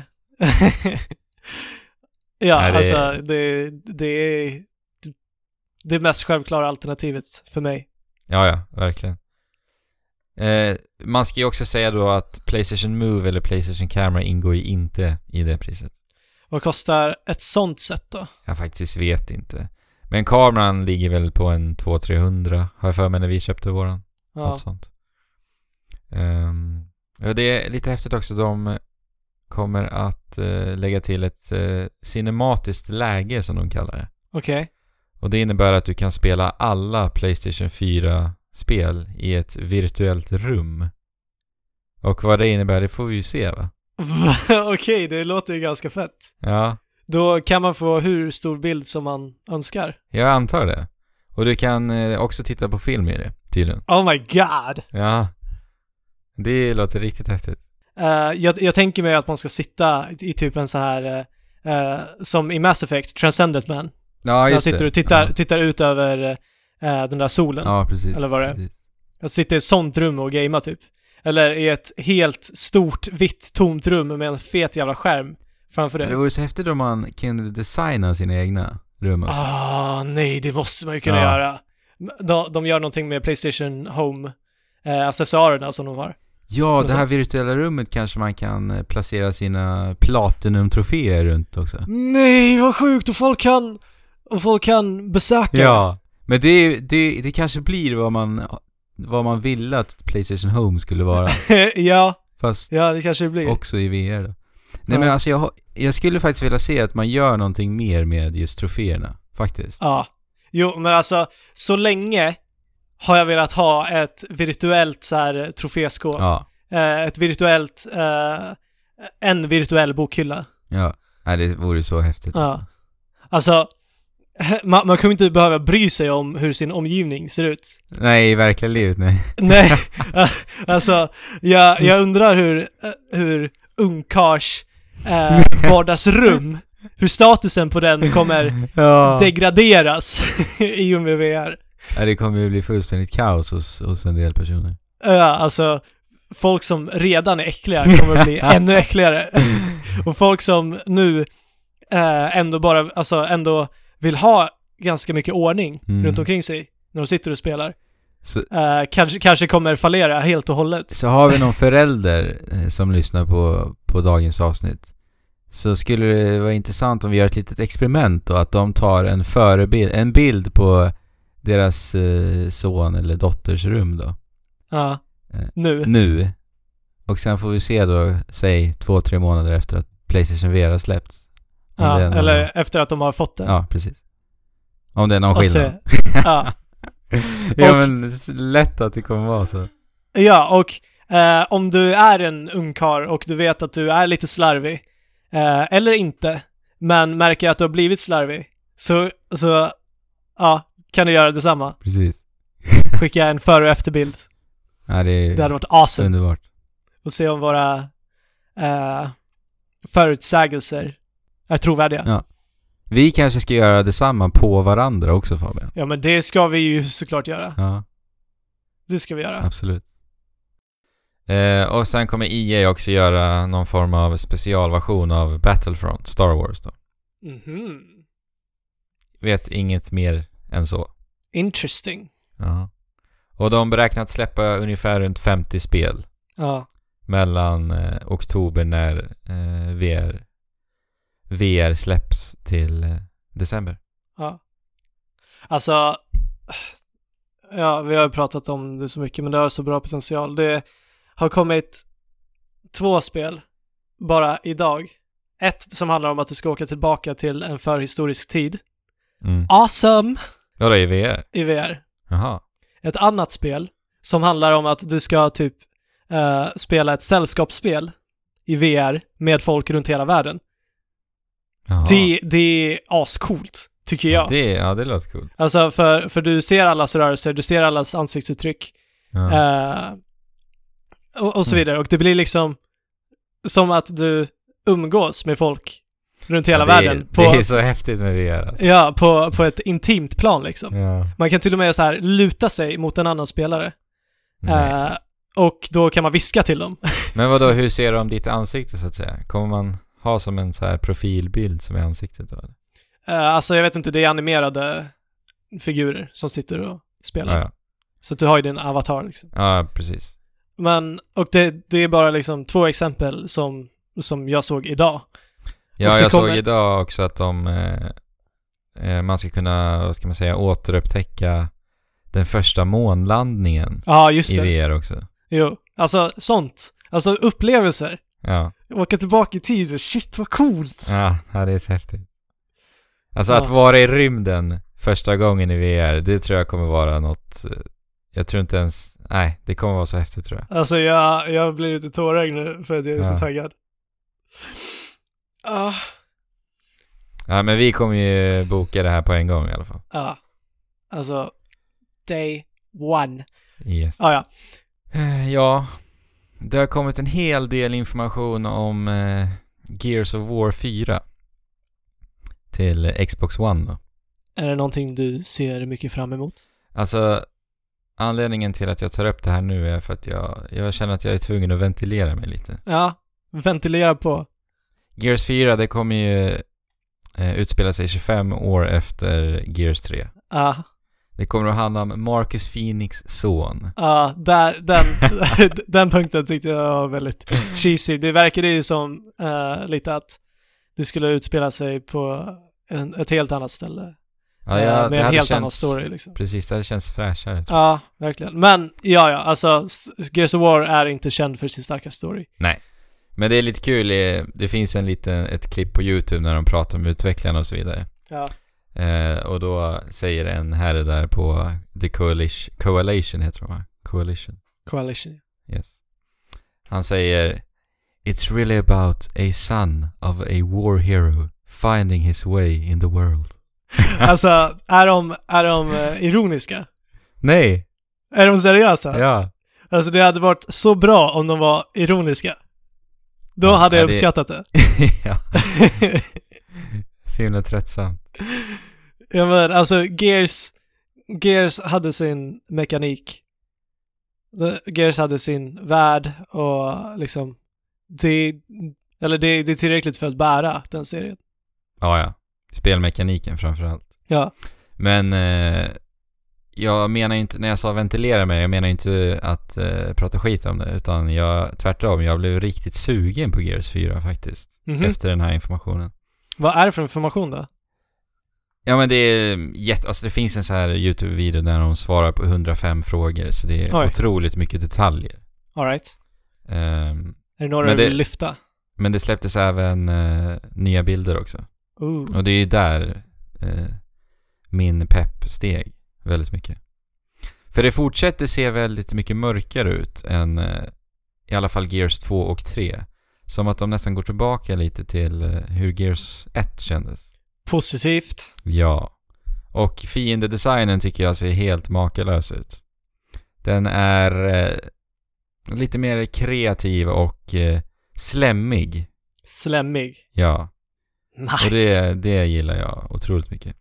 Ja, nej, alltså det är det mest självklara alternativet för mig. Ja, verkligen. Man ska ju också säga då att PlayStation Move eller PlayStation Camera ingår ju inte i det priset. Vad kostar ett sånt set då? Jag faktiskt vet inte. Men kameran ligger väl på en 200-300 har jag för mig när vi köpte våran. Ja. Något sånt. Det är lite häftigt också. De kommer att lägga till ett cinematiskt läge som de kallar det. Okej. Och det innebär att du kan spela alla PlayStation 4-spel i ett virtuellt rum. Och vad det innebär, det får vi ju se, va? Okej, det låter ju ganska fett. Ja. Då kan man få hur stor bild som man önskar. Jag antar det. Och du kan också titta på film i det, tydligen. Oh my god! Ja. Det låter riktigt häftigt. Jag tänker mig att man ska sitta i typ en så här som i Mass Effect, Transcendent Man. Ja, just det. Sitter och tittar ut över den där solen. Ja, precis. Eller vad det är. Jag sitter i ett sånt rum och gamea typ. Eller i ett helt stort, vitt, tomt rum med en fet jävla skärm framför det. Det vore så häftigt om man kunde designa sina egna rum. Nej, det måste man ju kunna göra. De gör någonting med PlayStation Home accessoarerna som de har. Ja, det här virtuella rummet kanske man kan placera sina Platinum-troféer runt också. Nej, vad sjukt! Och folk kan besöka. Ja, men det kanske blir vad man ville att PlayStation Home skulle vara. Ja. Fast det kanske det blir. Också i VR då. Nej, men alltså jag skulle faktiskt vilja se att man gör någonting mer med just troféerna, faktiskt. Ja. Jo, men alltså så länge har jag velat ha ett virtuellt så här troféskåp. Ja. Ett virtuellt en virtuell bokhylla. Ja. Nej, det vore så häftigt. Ja. Alltså man kommer inte behöva bry sig om hur sin omgivning ser ut. Nej, i verkliga livet, nej. Nej. Alltså jag undrar hur ungkars vardagsrum, hur statusen på den kommer degraderas i och med VR. Ja, det kommer ju bli fullständigt kaos hos en del personer. Ja, alltså folk som redan är äckliga kommer bli ännu äckligare. Och folk som nu ändå vill ha ganska mycket ordning runt omkring sig när de sitter och spelar. Så, kanske kommer fallera helt och hållet. Så har vi någon förälder som lyssnar på dagens avsnitt, så skulle det vara intressant om vi gör ett litet experiment och att de tar en bild på deras son eller dotters rum då. Ja, nu. Och sen får vi se då, säg 2-3 månader efter att PlayStation VR har släppts. Ja, eller efter att de har fått det. Ja, precis. Om det är någon skillnad. Ja. Ja, men lätt att det kommer vara så. Ja, och om du är en ungkar och du vet att du är lite slarvig eller inte, men märker att du har blivit slarvig, så kan du göra detsamma. Precis. Skicka en före- och efterbild. Ja, det hade varit awesome. Underbart. Och se om våra förutsägelser är trovärdiga. Ja. Vi kanske ska göra detsamma på varandra också, Fabian. Ja, men det ska vi ju såklart göra. Ja. Det ska vi göra. Absolut. Och sen kommer EA också göra någon form av specialversion av Battlefront, Star Wars då. Mhm. Vet inget mer än så. Interesting. Ja. Och de beräknar att släppa ungefär runt 50 spel. Ja. Mellan oktober när VR släpps till december. Ja. Alltså, ja, vi har pratat om det så mycket, men det har så bra potential. Det har kommit 2 spel bara idag. Ett som handlar om att du ska åka tillbaka till en förhistorisk tid. Awesome! Ja, det är i VR. I VR. Jaha. Ett annat spel som handlar om att du ska typ spela ett sällskapsspel i VR med folk runt hela världen. Det är ascoolt, tycker jag. Det låter coolt. Alltså för du ser allas rörelser, du ser allas ansiktsuttryck och så vidare. Och det blir liksom som att du umgås med folk runt hela världen. Det är så häftigt med VR. Alltså. Ja, på ett intimt plan liksom. Ja. Man kan till och med så här luta sig mot en annan spelare. Och då kan man viska till dem. Men vadå, hur ser de ditt ansikte så att säga? Kommer man ha som en så här profilbild som är ansiktet då? Alltså jag vet inte, det är animerade figurer som sitter och spelar. Ja. Så att du har ju din avatar liksom. Ja, precis. Men, och det är bara liksom 2 exempel som jag såg idag. Ja, jag såg idag också att man ska kunna, vad ska man säga, återupptäcka den första månlandningen just det. I VR också. Jo, alltså sånt. Alltså upplevelser. Ja. Åka tillbaka i tiden, shit vad coolt. Ja, det är så häftigt. Alltså att vara i rymden första gången i VR, det tror jag kommer vara något, jag tror inte ens, nej, det kommer vara så häftigt tror jag. Alltså jag blir lite tårögd nu för att jag är så taggad. Ja, men vi kommer ju boka det här på en gång i alla fall. Ja, alltså day 1. Yes. Ja. Ja, det har kommit en hel del information om Gears of War 4 till Xbox One då. Är det någonting du ser mycket fram emot? Alltså, anledningen till att jag tar upp det här nu är för att jag känner att jag är tvungen att ventilera mig lite. Ja, ventilera på. Gears 4, det kommer ju utspela sig 25 år efter Gears 3. Ja. Det kommer att handla om Marcus Phoenix son. Ja, den punkten tyckte jag var väldigt cheesy. Det verkade ju som lite att det skulle utspela sig på ett helt annat ställe. Ja, med en helt annan story liksom. Precis, det känns fräschare. Ja, verkligen. Men alltså Gears of War är inte känd för sin starka story. Nej. Men det är lite kul, det finns ett klipp på YouTube när de pratar om utvecklarna och så vidare. Ja. Och då säger en herre där på The Coalition heter de, va? Coalition. Yes. Han säger "It's really about a son of a war hero finding his way in the world." Alltså, är de ironiska? Nej. Är de seriösa? Ja. Alltså det hade varit så bra om de var ironiska. Då hade jag uppskattat det. Ja. Så himla tröttsamt. Ja, men alltså Gears hade sin mekanik. Gears hade sin värld och liksom det är tillräckligt för att bära den serien. Ja. Spelmekaniken framförallt. Ja. Men jag menar inte, när jag sa ventilera mig, jag menar inte att prata skit om det, utan tvärtom, jag blev riktigt sugen på Gears 4 faktiskt. Efter den här informationen. Vad är det för information då? Ja, men det är alltså det finns en så här YouTube-video där de svarar på 105 frågor, så det är otroligt mycket detaljer. All right. Är det några du vill lyfta? Men det släpptes även nya bilder också. Och det är ju där min pepp steg väldigt mycket. För det fortsätter se väldigt mycket mörkare ut än i alla fall Gears 2 och 3. Som att de nästan går tillbaka lite till hur Gears 1 kändes. Positivt. Ja. Och fiendedesignen tycker jag ser helt makalös ut. Den är lite mer kreativ och slemmig. Slemmig? Ja. Nice. Och det gillar jag otroligt mycket.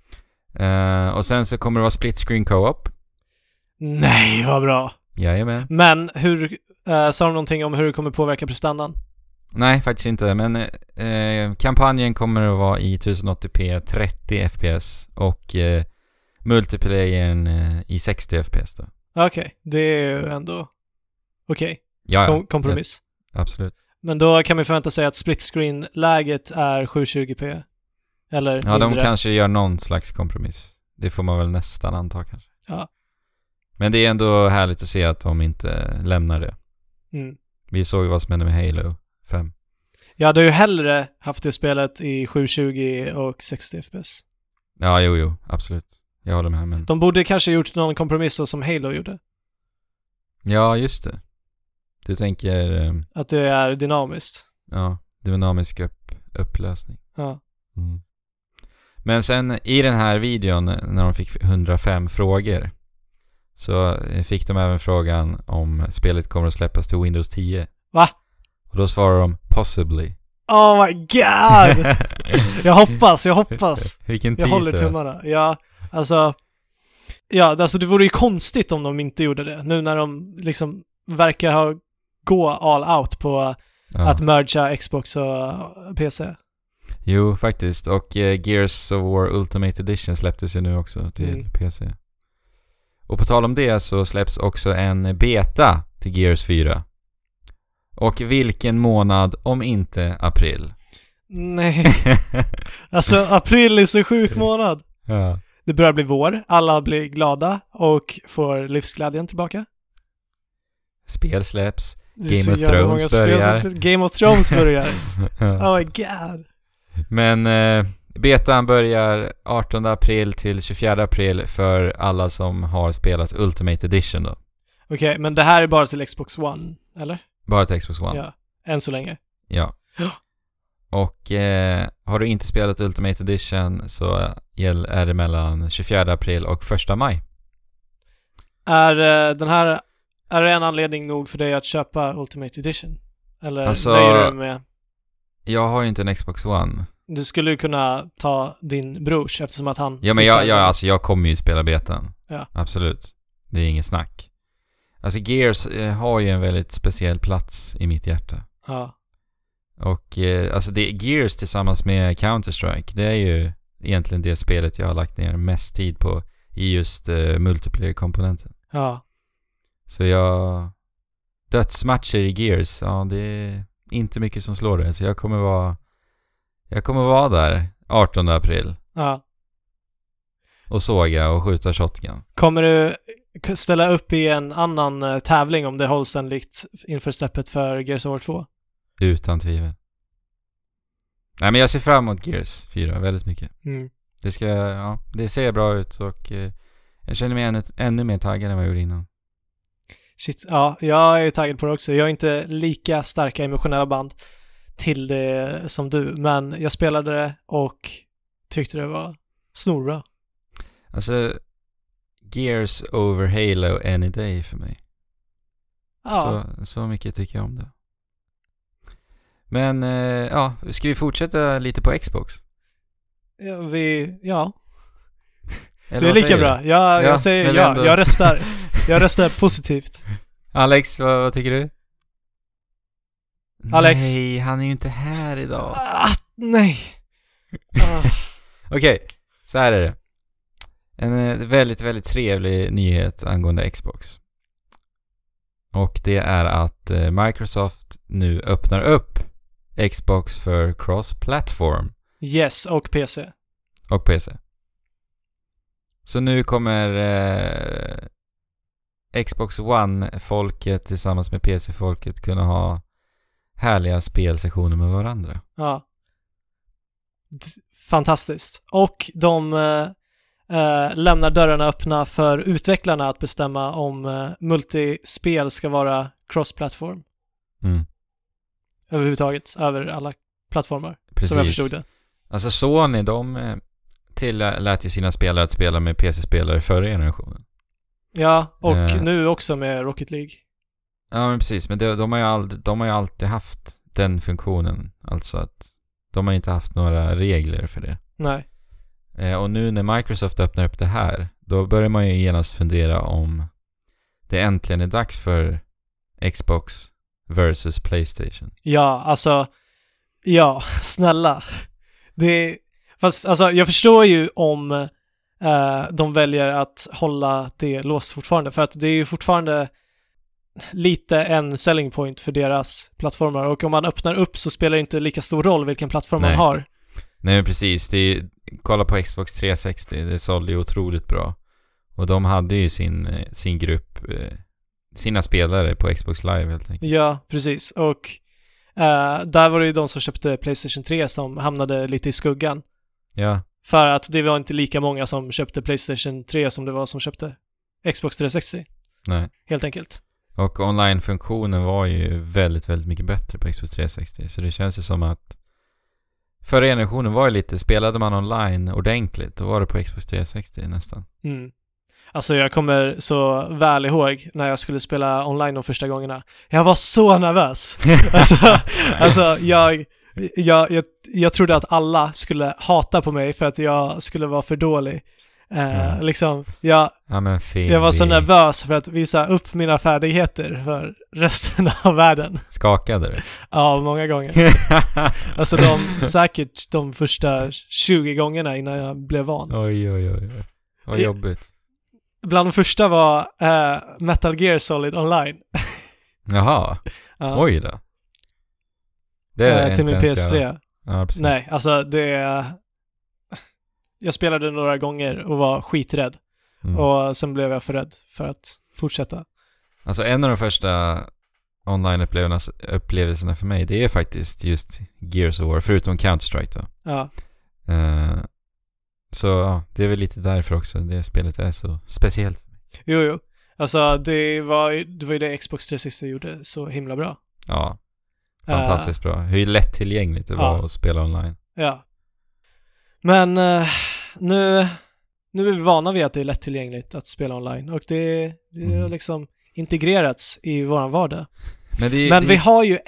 Och sen så kommer det vara split screen co-op. Nej, vad bra. Jajamän. Men hur sa de någonting om hur det kommer påverka prestandan? Nej, faktiskt inte. Men kampanjen kommer att vara i 1080p 30 fps och multiplayern i 60 fps då. Okej, det är ju ändå okej. Ja, Kompromiss. Ja, absolut. Men då kan vi förvänta sig att split screen-läget är 720p. Eller Ja, mindre. de kanske gör någon slags kompromiss. Det får man väl nästan anta kanske. Ja. Men det är ändå härligt att se att de inte lämnar det. Mm. Vi såg ju vad som hände med Halo 5. Jag hade ju hellre haft det spelet i 720 och 60 fps. Ja, jo, absolut. Jag håller med. Men... De borde kanske gjort någon kompromiss så som Halo gjorde. Ja, just det. Du tänker... Att det är dynamiskt. Ja, dynamisk upplösning. Ja. Mm. Men sen i den här videon när de fick 105 frågor så fick de även frågan om spelet kommer att släppas till Windows 10. Va? Och då svarar de possibly. Oh my god! Jag hoppas. Vilken jag håller teaser. tummarna. Ja, alltså det vore ju konstigt om de inte gjorde det. Nu när de liksom verkar gå all out på att mergea Xbox och PC. Jo, faktiskt. Och Gears of War Ultimate Edition släpptes ju nu också till PC. Och på tal om det så släpps också en beta till Gears 4. Och vilken månad om inte april? Nej. Alltså april är så sjuk månad. Ja. Det börjar bli vår. Alla blir glada och får livsglädjen tillbaka. Spel släpps. Game of Thrones börjar. Game of Thrones börjar. Oh my god. Men betan börjar 18 april till 24 april för alla som har spelat Ultimate Edition då. Okej, men det här är bara till Xbox One, eller? Bara till Xbox One. Ja, än så länge. Ja. Och har du inte spelat Ultimate Edition så är det mellan 24 april och 1 maj. Är det en anledning nog för dig att köpa Ultimate Edition? Eller alltså, nöjer du med... Jag har ju inte en Xbox One. Du skulle ju kunna ta din brors eftersom att han... Ja, men jag kommer ju spela betan. Ja. Absolut. Det är inget snack. Alltså Gears har ju en väldigt speciell plats i mitt hjärta. Ja. Och alltså det Gears tillsammans med Counter-Strike, det är ju egentligen det spelet jag har lagt ner mest tid på i just multiplayer-komponenten. Ja. Så dödsmatcher i Gears, ja, det är inte mycket som slår det. Så jag kommer vara där 18 april. Ja. Och såga och skjuta shotgun. Kommer du ställa upp i en annan tävling om det hålls en likt inför släppet för Gears of War 2? Utan tvivel. Nej, men jag ser fram emot Gears 4 väldigt mycket. Mm. Det ser bra ut och jag känner mig ännu mer taggad än vad jag gjorde innan. Shit, ja, jag är taggad på det också. Jag har inte lika starka emotionella band till det som du, men jag spelade det och tyckte det var snorbra. Alltså, Gears over Halo any day för mig. Ja. Så mycket tycker jag om det. Men, ska vi fortsätta lite på Xbox? Ja. Eller det är lika bra. Jag säger ja. Ändå... Jag röstar positivt. Alex, vad tycker du? Alex? Nej, han är ju inte här idag. Nej. Okej, så här är det. En väldigt, väldigt trevlig nyhet angående Xbox. Och det är att Microsoft nu öppnar upp Xbox för cross-platform. Yes, och PC. Och PC. Så nu kommer Xbox One-folket tillsammans med PC-folket kunna ha härliga spelsessioner med varandra. Ja. Fantastiskt. Och de lämnar dörrarna öppna för utvecklarna att bestämma om multispel ska vara cross-platform. Mm. Överhuvudtaget, över alla plattformar. Precis. Som jag förstod det. Alltså Sony, de lät ju sina spelare att spela med PC-spelare förra generationen. Ja, och nu också med Rocket League. Ja, men precis. Men de har ju alltid haft den funktionen. Alltså att De har inte haft några regler för det. Nej. Och nu när Microsoft öppnar upp det här, då börjar man ju genast fundera om det äntligen är dags för Xbox versus PlayStation. Ja, alltså, ja, snälla. Fast alltså, jag förstår ju om de väljer att hålla det låst fortfarande, för att det är ju fortfarande lite en selling point för deras plattformar, och om man öppnar upp så spelar det inte lika stor roll vilken plattform man har. Nej, men precis. Kolla på Xbox 360, det sålde ju otroligt bra. Och de hade ju sin grupp, sina spelare på Xbox Live helt enkelt. Ja, precis. Och där var det ju de som köpte PlayStation 3 som hamnade lite i skuggan. Ja. För att det var inte lika många som köpte PlayStation 3 som det var som köpte Xbox 360. Nej. Helt enkelt. Och online-funktionen var ju väldigt, väldigt mycket bättre på Xbox 360. Så det känns ju som att förra generationen var ju lite, spelade man online ordentligt, då var det på Xbox 360 nästan. Mm. Alltså jag kommer så väl ihåg när jag skulle spela online de första gångerna. Jag var så nervös. alltså jag trodde att alla skulle hata på mig för att jag skulle vara för dålig. Liksom, jag var så nervös för att visa upp mina färdigheter för resten av världen. Skakade du? Ja, många gånger. Alltså säkert de första 20 gångerna innan jag blev van. Oj. Vad jobbigt. Bland de första var Metal Gear Solid Online. Jaha, oj då. Det är till min PS3. Ja, precis. Nej, alltså jag spelade några gånger och var skiträdd. Och sen blev jag för rädd för att fortsätta. Alltså en av de första online-upplevelserna för mig, det är faktiskt just Gears of War, förutom Counter-Strike då. Ja. Så ja, det är väl lite därför också det spelet är så speciellt. Jo. Alltså det var ju det Xbox 360 gjorde så himla bra. Ja, fantastiskt bra. Hur lättillgängligt det var att spela online. Ja. Men nu är vi vana vid att det är lättillgängligt att spela online. Och det har liksom integrerats i våran vardag. Men vi har ju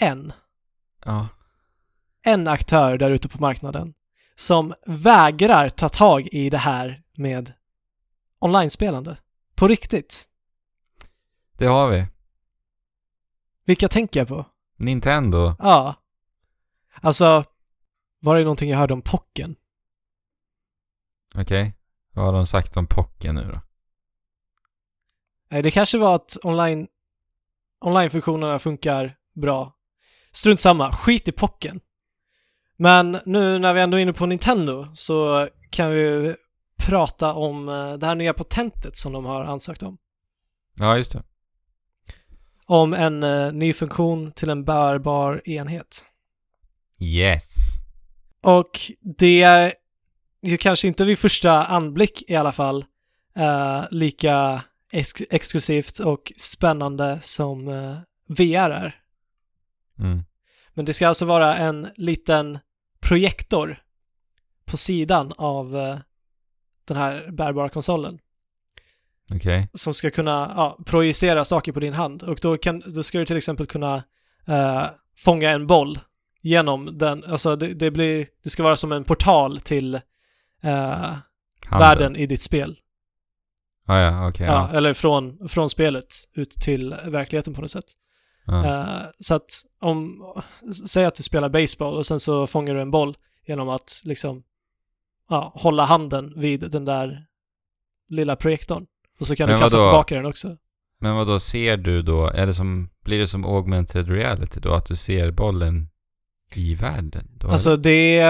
en aktör där ute på marknaden som vägrar ta tag i det här med online-spelande. På riktigt. Det har vi. Vilka tänker jag på? Nintendo. Ja. Alltså, var det någonting jag hörde om Pocken? Okej. Vad har de sagt om Pocken nu då? Nej, det kanske var att online-funktionerna funkar bra. Strunt samma, skit i Pocken. Men nu när vi ändå är inne på Nintendo så kan vi prata om det här nya patentet som de har ansökt om. Ja, just det. Om en ny funktion till en bärbar enhet. Yes. Och det är ju kanske inte vid första anblick i alla fall lika exklusivt och spännande som VR är. Men det ska alltså vara en liten projektor på sidan av den här bärbara konsolen. Okej. Som ska kunna projicera saker på din hand. Och då ska du till exempel kunna fånga en boll genom den. Alltså det ska vara som en portal till världen i ditt spel. Okej. Eller från spelet ut till verkligheten på något sätt. Så att säg att du spelar baseball och sen så fångar du en boll genom att liksom hålla handen vid den där lilla projektorn. Och så kan du kasta tillbaka den också. Men vad då ser du då? Blir det som augmented reality då? Att du ser bollen i världen? Då, alltså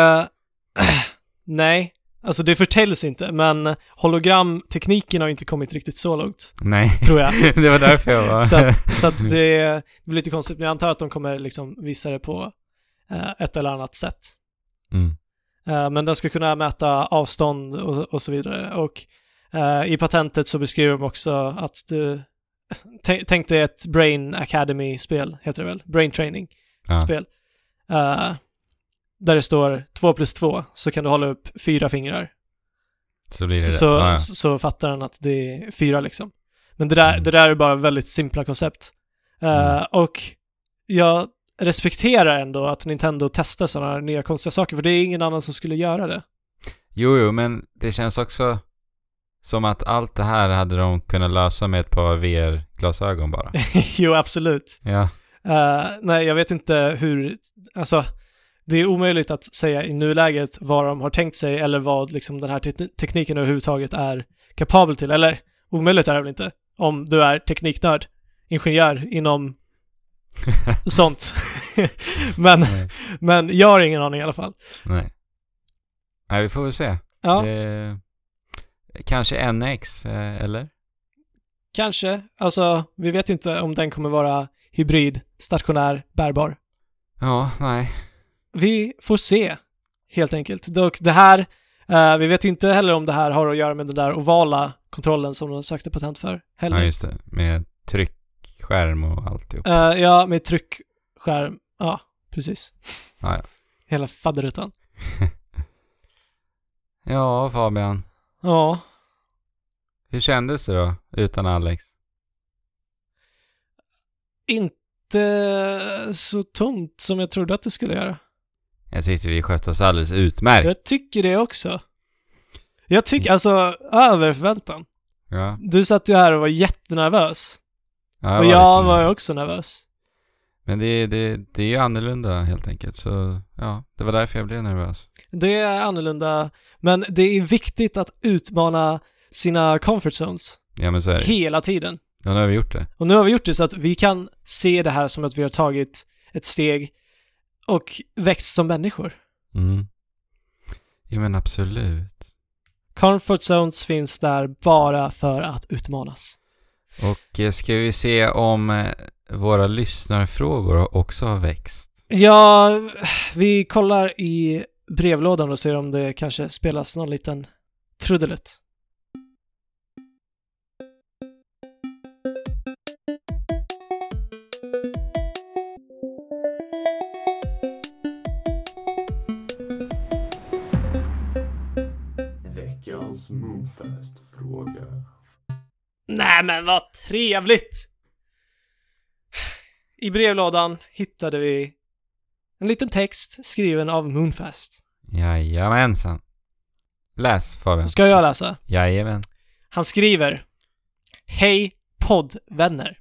nej. Alltså det förtäljs inte, men hologramtekniken har inte kommit riktigt så långt. Nej, tror jag. Det var därför jag var. så att det blir lite konstigt. Men jag antar att de kommer liksom visa det på ett eller annat sätt. Men den ska kunna mäta avstånd och så vidare. Och i patentet så beskriver de också att du tänk dig ett Brain Academy-spel, heter det väl? Brain Training-spel. Där det står 2+2 så kan du hålla upp 4 fingrar. Så blir det så fattar den att det är 4 liksom. Men det där är bara väldigt simpla koncept. Och respekterar ändå att Nintendo testar sådana här nya konstiga saker, för det är ingen annan som skulle göra det. Jo, men det känns också som att allt det här hade de kunnat lösa med ett par VR-glasögon bara. Jo, absolut. Ja. Nej, jag vet inte hur... Alltså, det är omöjligt att säga i nuläget vad de har tänkt sig eller vad liksom den här tekniken överhuvudtaget är kapabel till. Eller omöjligt är det väl inte om du är tekniknörd, ingenjör inom sånt. men jag har ingen aning i alla fall. Nej, vi får väl se. Ja. Kanske NX, eller? Kanske. Alltså, vi vet ju inte om den kommer vara hybrid, stationär, bärbar. Ja, nej. Vi får se, helt enkelt. Dock, det här, vi vet ju inte heller om det här har att göra med den där ovala kontrollen som de sökte patent för. Heller. Ja, just det. Med tryckskärm och alltihop. Ja, med tryckskärm. Ja, precis. Ja. Hela fadderutan. Ja, Fabian. Ja. Hur kändes det då, utan Alex? Inte så tomt som jag trodde att det skulle göra. Jag tyckte vi skötte oss alldeles utmärkt. Jag tycker det också. Jag tycker, alltså, över förväntan. Ja. Du satt ju här och var jättenervös. Ja, och jag var ju också nervös. Men det är ju annorlunda helt enkelt. Så ja, det var därför jag blev nervös. Det är annorlunda, men det är viktigt att utmana sina comfort zones. Ja, men så är det. Hela tiden. Ja, nu har vi gjort det. Och nu har vi gjort det så att vi kan se det här som att vi har tagit ett steg och växt som människor. Mm. Ja, men absolut. Comfort zones finns där bara för att utmanas. Och ska vi se om våra lyssnarfrågor också har växt? Ja, vi kollar i brevlådan och ser om det kanske spelas någon liten trudelutt. Veckans Moonfest-fråga. Nej, men vad trevligt! I brevlådan hittade vi en liten text skriven av Moonfest. Jajamensan. Läs, Fabian. Ska jag läsa? Jajamän. Han skriver: Hej poddvänner.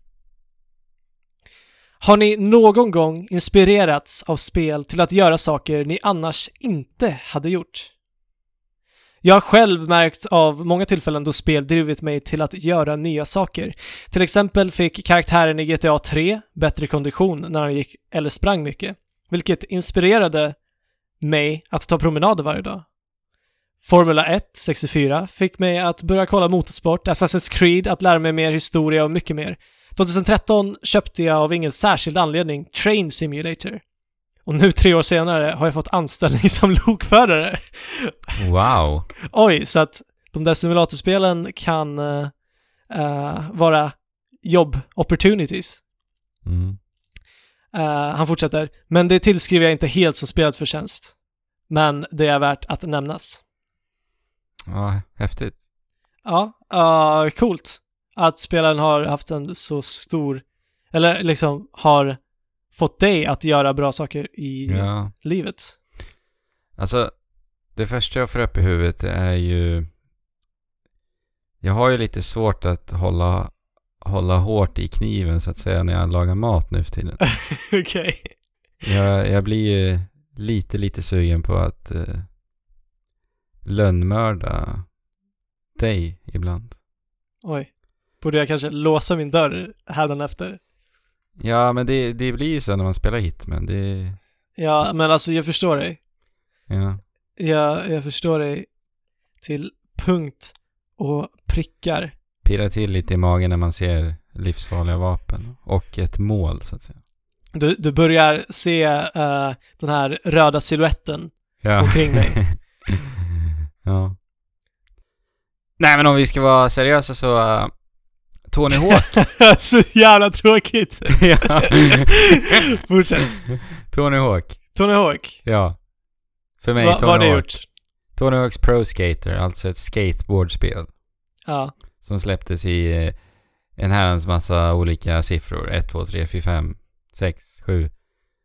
Har ni någon gång inspirerats av spel till att göra saker ni annars inte hade gjort? Jag har själv märkt av många tillfällen då spel drivit mig till att göra nya saker. Till exempel fick karaktären i GTA 3 bättre kondition när han gick eller sprang mycket, vilket inspirerade mig att ta promenader varje dag. Formula 1 64 fick mig att börja kolla motorsport, Assassin's Creed att lära mig mer historia och mycket mer. 2013 köpte jag av ingen särskild anledning Train Simulator. Och nu 3 år senare har jag fått anställning som lokförare. Wow. Oj, så att de där simulatorspelen kan vara jobb opportunities. Mm. Han fortsätter. Men det tillskriver jag inte helt som spelat förtjänst. Men det är värt att nämnas. Ja, häftigt. Ja, coolt. Att spelaren har haft en så stor... Eller liksom har fått dig att göra bra saker i livet. Alltså, det första jag får upp i huvudet är ju... Jag har ju lite svårt att hålla hårt i kniven så att säga när jag lagar mat nu för tiden. Okej. Jag blir ju lite sugen på att lönnmörda dig ibland. Oj. Borde jag kanske låsa min dörr hädanefter? Ja, men det blir ju så när man spelar Hitman. Ja, men alltså jag förstår dig. Ja. Jag förstår dig till punkt och prickar. Pirrar till lite i magen när man ser livsfarliga vapen och ett mål så att säga. Du börjar se den här röda siluetten omkring dig. Ja. Nej, men om vi ska vara seriösa så Tony Hawk. Så jävla tråkigt. Ja. Fortsätt. Tony Hawk. Ja. För mig Vad har det gjort? Tony Hawk's Pro Skater, alltså ett skateboardspel. Ja. Som släpptes i en herrans massa olika siffror. 1, 2, 3, 4, 5, 6, 7.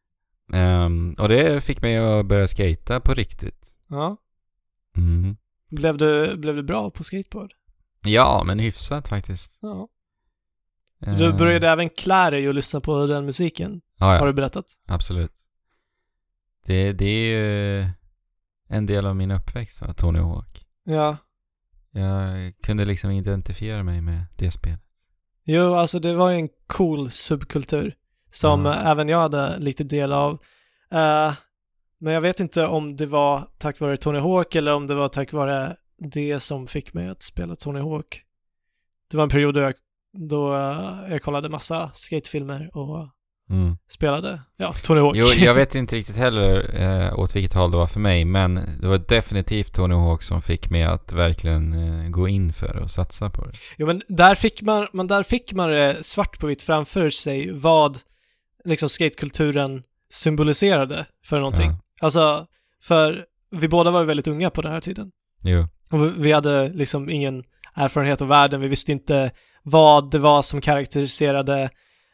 Och det fick mig att börja skata på riktigt. Ja. Mm. Blev du bra på skateboard? Ja, men hyfsat faktiskt. Ja. Du började även klä dig och lyssna på den musiken. Ja. Har du berättat? Absolut. Det är ju en del av min uppväxt, Tony Hawk. Ja. Jag kunde liksom identifiera mig med det spelet. Jo, alltså det var ju en cool subkultur som även jag hade lite del av. Men jag vet inte om det var tack vare Tony Hawk eller om det var tack vare det som fick mig att spela Tony Hawk. Det var en period då jag kollade massa skatefilmer och spelade Tony Hawk. Jo, jag vet inte riktigt heller åt vilket håll det var för mig, men det var definitivt Tony Hawk som fick mig att verkligen gå in för och satsa på det. Jo, men där fick man det svart på vitt framför sig vad liksom skatekulturen symboliserade för någonting. Ja. Alltså, för vi båda var väldigt unga på den här tiden. Jo. Och vi hade liksom ingen erfarenhet av världen. Vi visste inte vad det var som karaktäriserade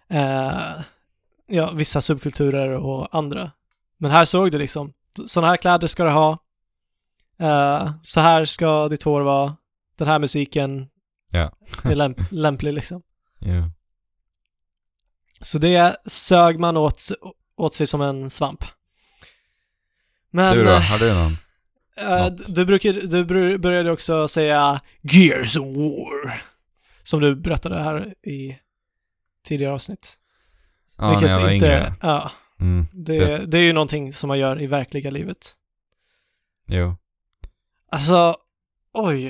vissa subkulturer och andra. Men här såg du liksom, såna här kläder ska du ha. Så här ska ditt hår vara. Den här musiken är lämplig liksom. Jo. Så det sög man åt sig som en svamp. Men du då? Har du någon? Du började också säga Gears of War, som du berättade här i tidigare avsnitt. Ja, när jag var yngre. Ja, det är ju någonting som man gör i verkliga livet. Jo. Alltså, oj.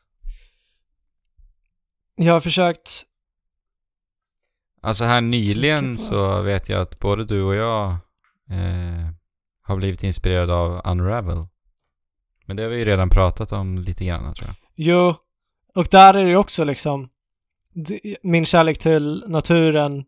Jag har försökt... Alltså här nyligen så vet jag att både du och jag har blivit inspirerad av Unravel. Men det har vi ju redan pratat om lite grann, tror jag. Jo, och där är det ju också liksom min kärlek till naturen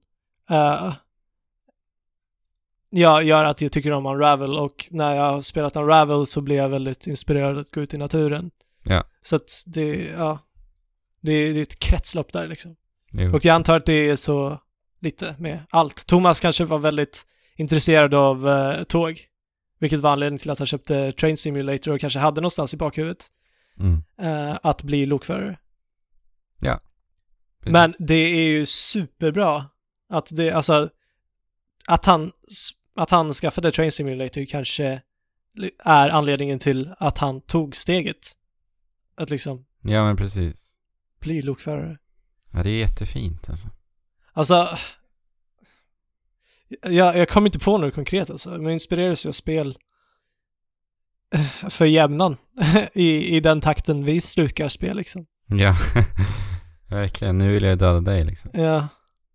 gör att jag tycker om Unravel, och när jag har spelat Unravel så blir jag väldigt inspirerad att gå ut i naturen. Ja. Så att det är ett kretslopp där liksom. Jo. Och jag antar att det är så lite med allt. Thomas kanske var väldigt intresserad av tåg, vilket var anledningen till att han köpte Train Simulator och kanske hade någonstans i bakhuvudet att bli lokförare. Ja. Precis. Men det är ju superbra att han skaffade Train Simulator kanske är anledningen till att han tog steget att liksom men precis bli lokförare. Ja, det är jättefint alltså jag kommer inte på något konkret alltså. Men inspireras av spel för jämnan i den takten vi slukar spel liksom. Ja. Verkligen, nu vill jag döda dig liksom. Ja.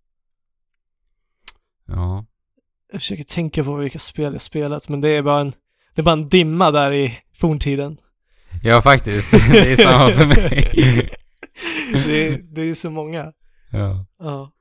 Ja. Jag försöker tänka på vilka spel jag spelat, men det är bara en dimma där i forntiden. Ja, faktiskt. Det är samma för mig. det är så många. Ja.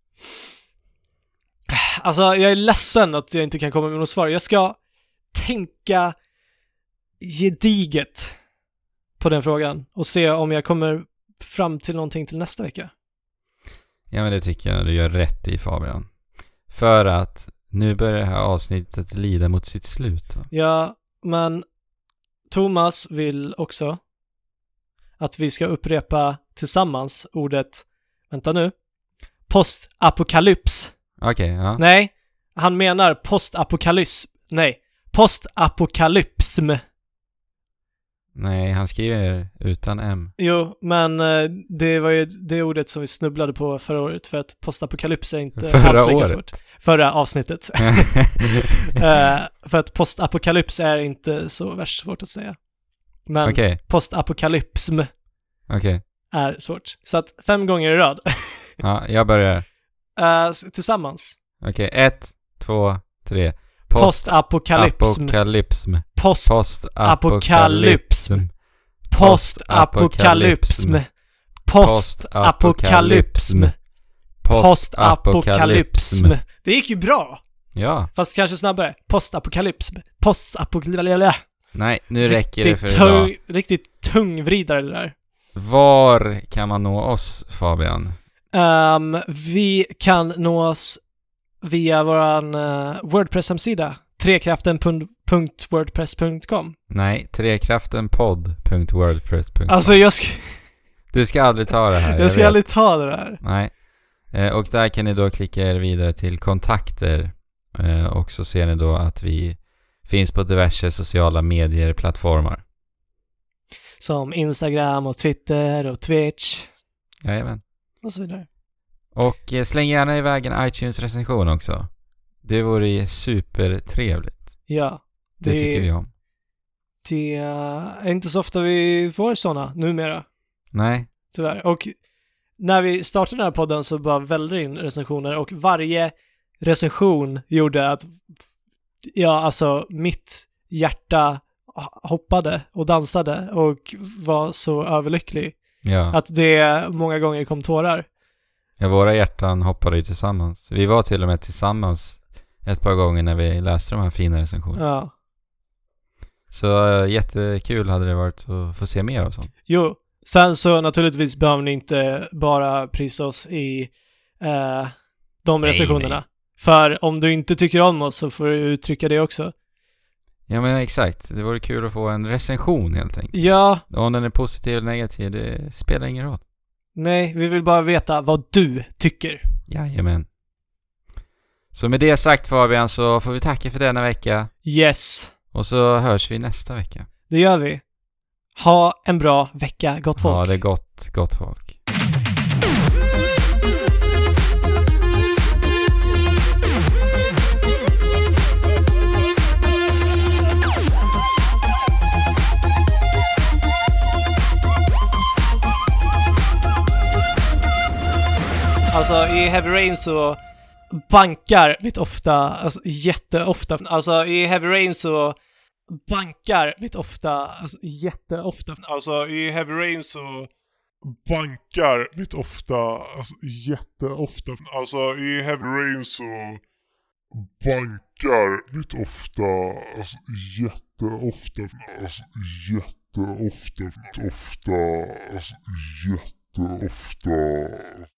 Alltså, jag är ledsen att jag inte kan komma med något svar. Jag ska tänka gediget på den frågan och se om jag kommer fram till någonting till nästa vecka. Ja, men det tycker jag du gör rätt i, Fabian. För att nu börjar det här avsnittet lida mot sitt slut. Va? Ja, men Thomas vill också att vi ska upprepa tillsammans ordet, vänta nu, postapokalyps. Okej, ja. Nej, han menar postapokalypsm. Nej, postapokalypsm. Nej, han skriver utan M. Jo, men det var ju det ordet som vi snubblade på förra året, för att postapokalyps är inte förra året. Svårt. Förra avsnittet. För att postapokalyps är inte så värst svårt att säga. Men postapokalypsm är svårt. Så att 5 gånger i rad. Ja, jag börjar. Tillsammans. Okej, 1, 2, 3. Postapokalypsm. Postapokalypsm. Postapokalypsm. Postapokalypsm. Postapokalypsm. Postapokalypsm. Det gick ju bra. Ja. Fast kanske snabbare. Postapokalypsm. Postapokalypsm. Nej, nu räcker det för idag. Riktigt tungvridare det där. Var kan man nå oss, Fabian? Vi kan nå oss via våran WordPress-hemsida trekraften.wordpress.com. Nej, trekraftenpodd.wordpress.com. Alltså Du ska aldrig ta det här. jag ska aldrig ta det här. Nej. Och där kan ni då klicka er vidare till kontakter. Och så ser ni då att vi finns på diverse sociala medier-plattformar. Som Instagram och Twitter och Twitch. Jajamän. Och så vidare. Och släng gärna iväg en iTunes-recension också. Det vore supertrevligt. Ja. Det tycker vi om. Det är inte så ofta vi får såna numera. Nej. Tyvärr. Och när vi startade den här podden så bara vällde in recensioner och varje recension gjorde att alltså mitt hjärta hoppade och dansade och var så överlycklig att det många gånger kom tårar. Ja, våra hjärtan hoppade ju tillsammans. Vi var till och med tillsammans ett par gånger när vi läste de här fina recensionerna. Ja. Så jättekul hade det varit att få se mer av sånt. Jo, sen så naturligtvis behöver ni inte bara prisa oss i de recensionerna. Nej. För om du inte tycker om oss så får du uttrycka det också. Ja, men exakt. Det vore kul att få en recension helt enkelt. Ja. Och om den är positiv eller negativ, det spelar ingen roll. Nej, vi vill bara veta vad du tycker. Jajamän. Så med det sagt, Fabian, så får vi tacka för denna vecka. Yes. Och så hörs vi nästa vecka. Det gör vi. Ha en bra vecka, gott folk. Ja, det är gott folk. Alltså i Heavy Rain så bankar mitt ofta, alltså jätteofta. Alltså i Heavy Rain så bankar mitt ofta, alltså jätteofta. Alltså i Heavy Rain så bankar mitt ofta, alltså jätteofta. Alltså i Heavy Rain så bankar mitt ofta, alltså jätteofta. Alltså jätteofta, ofta, alltså jätteofta.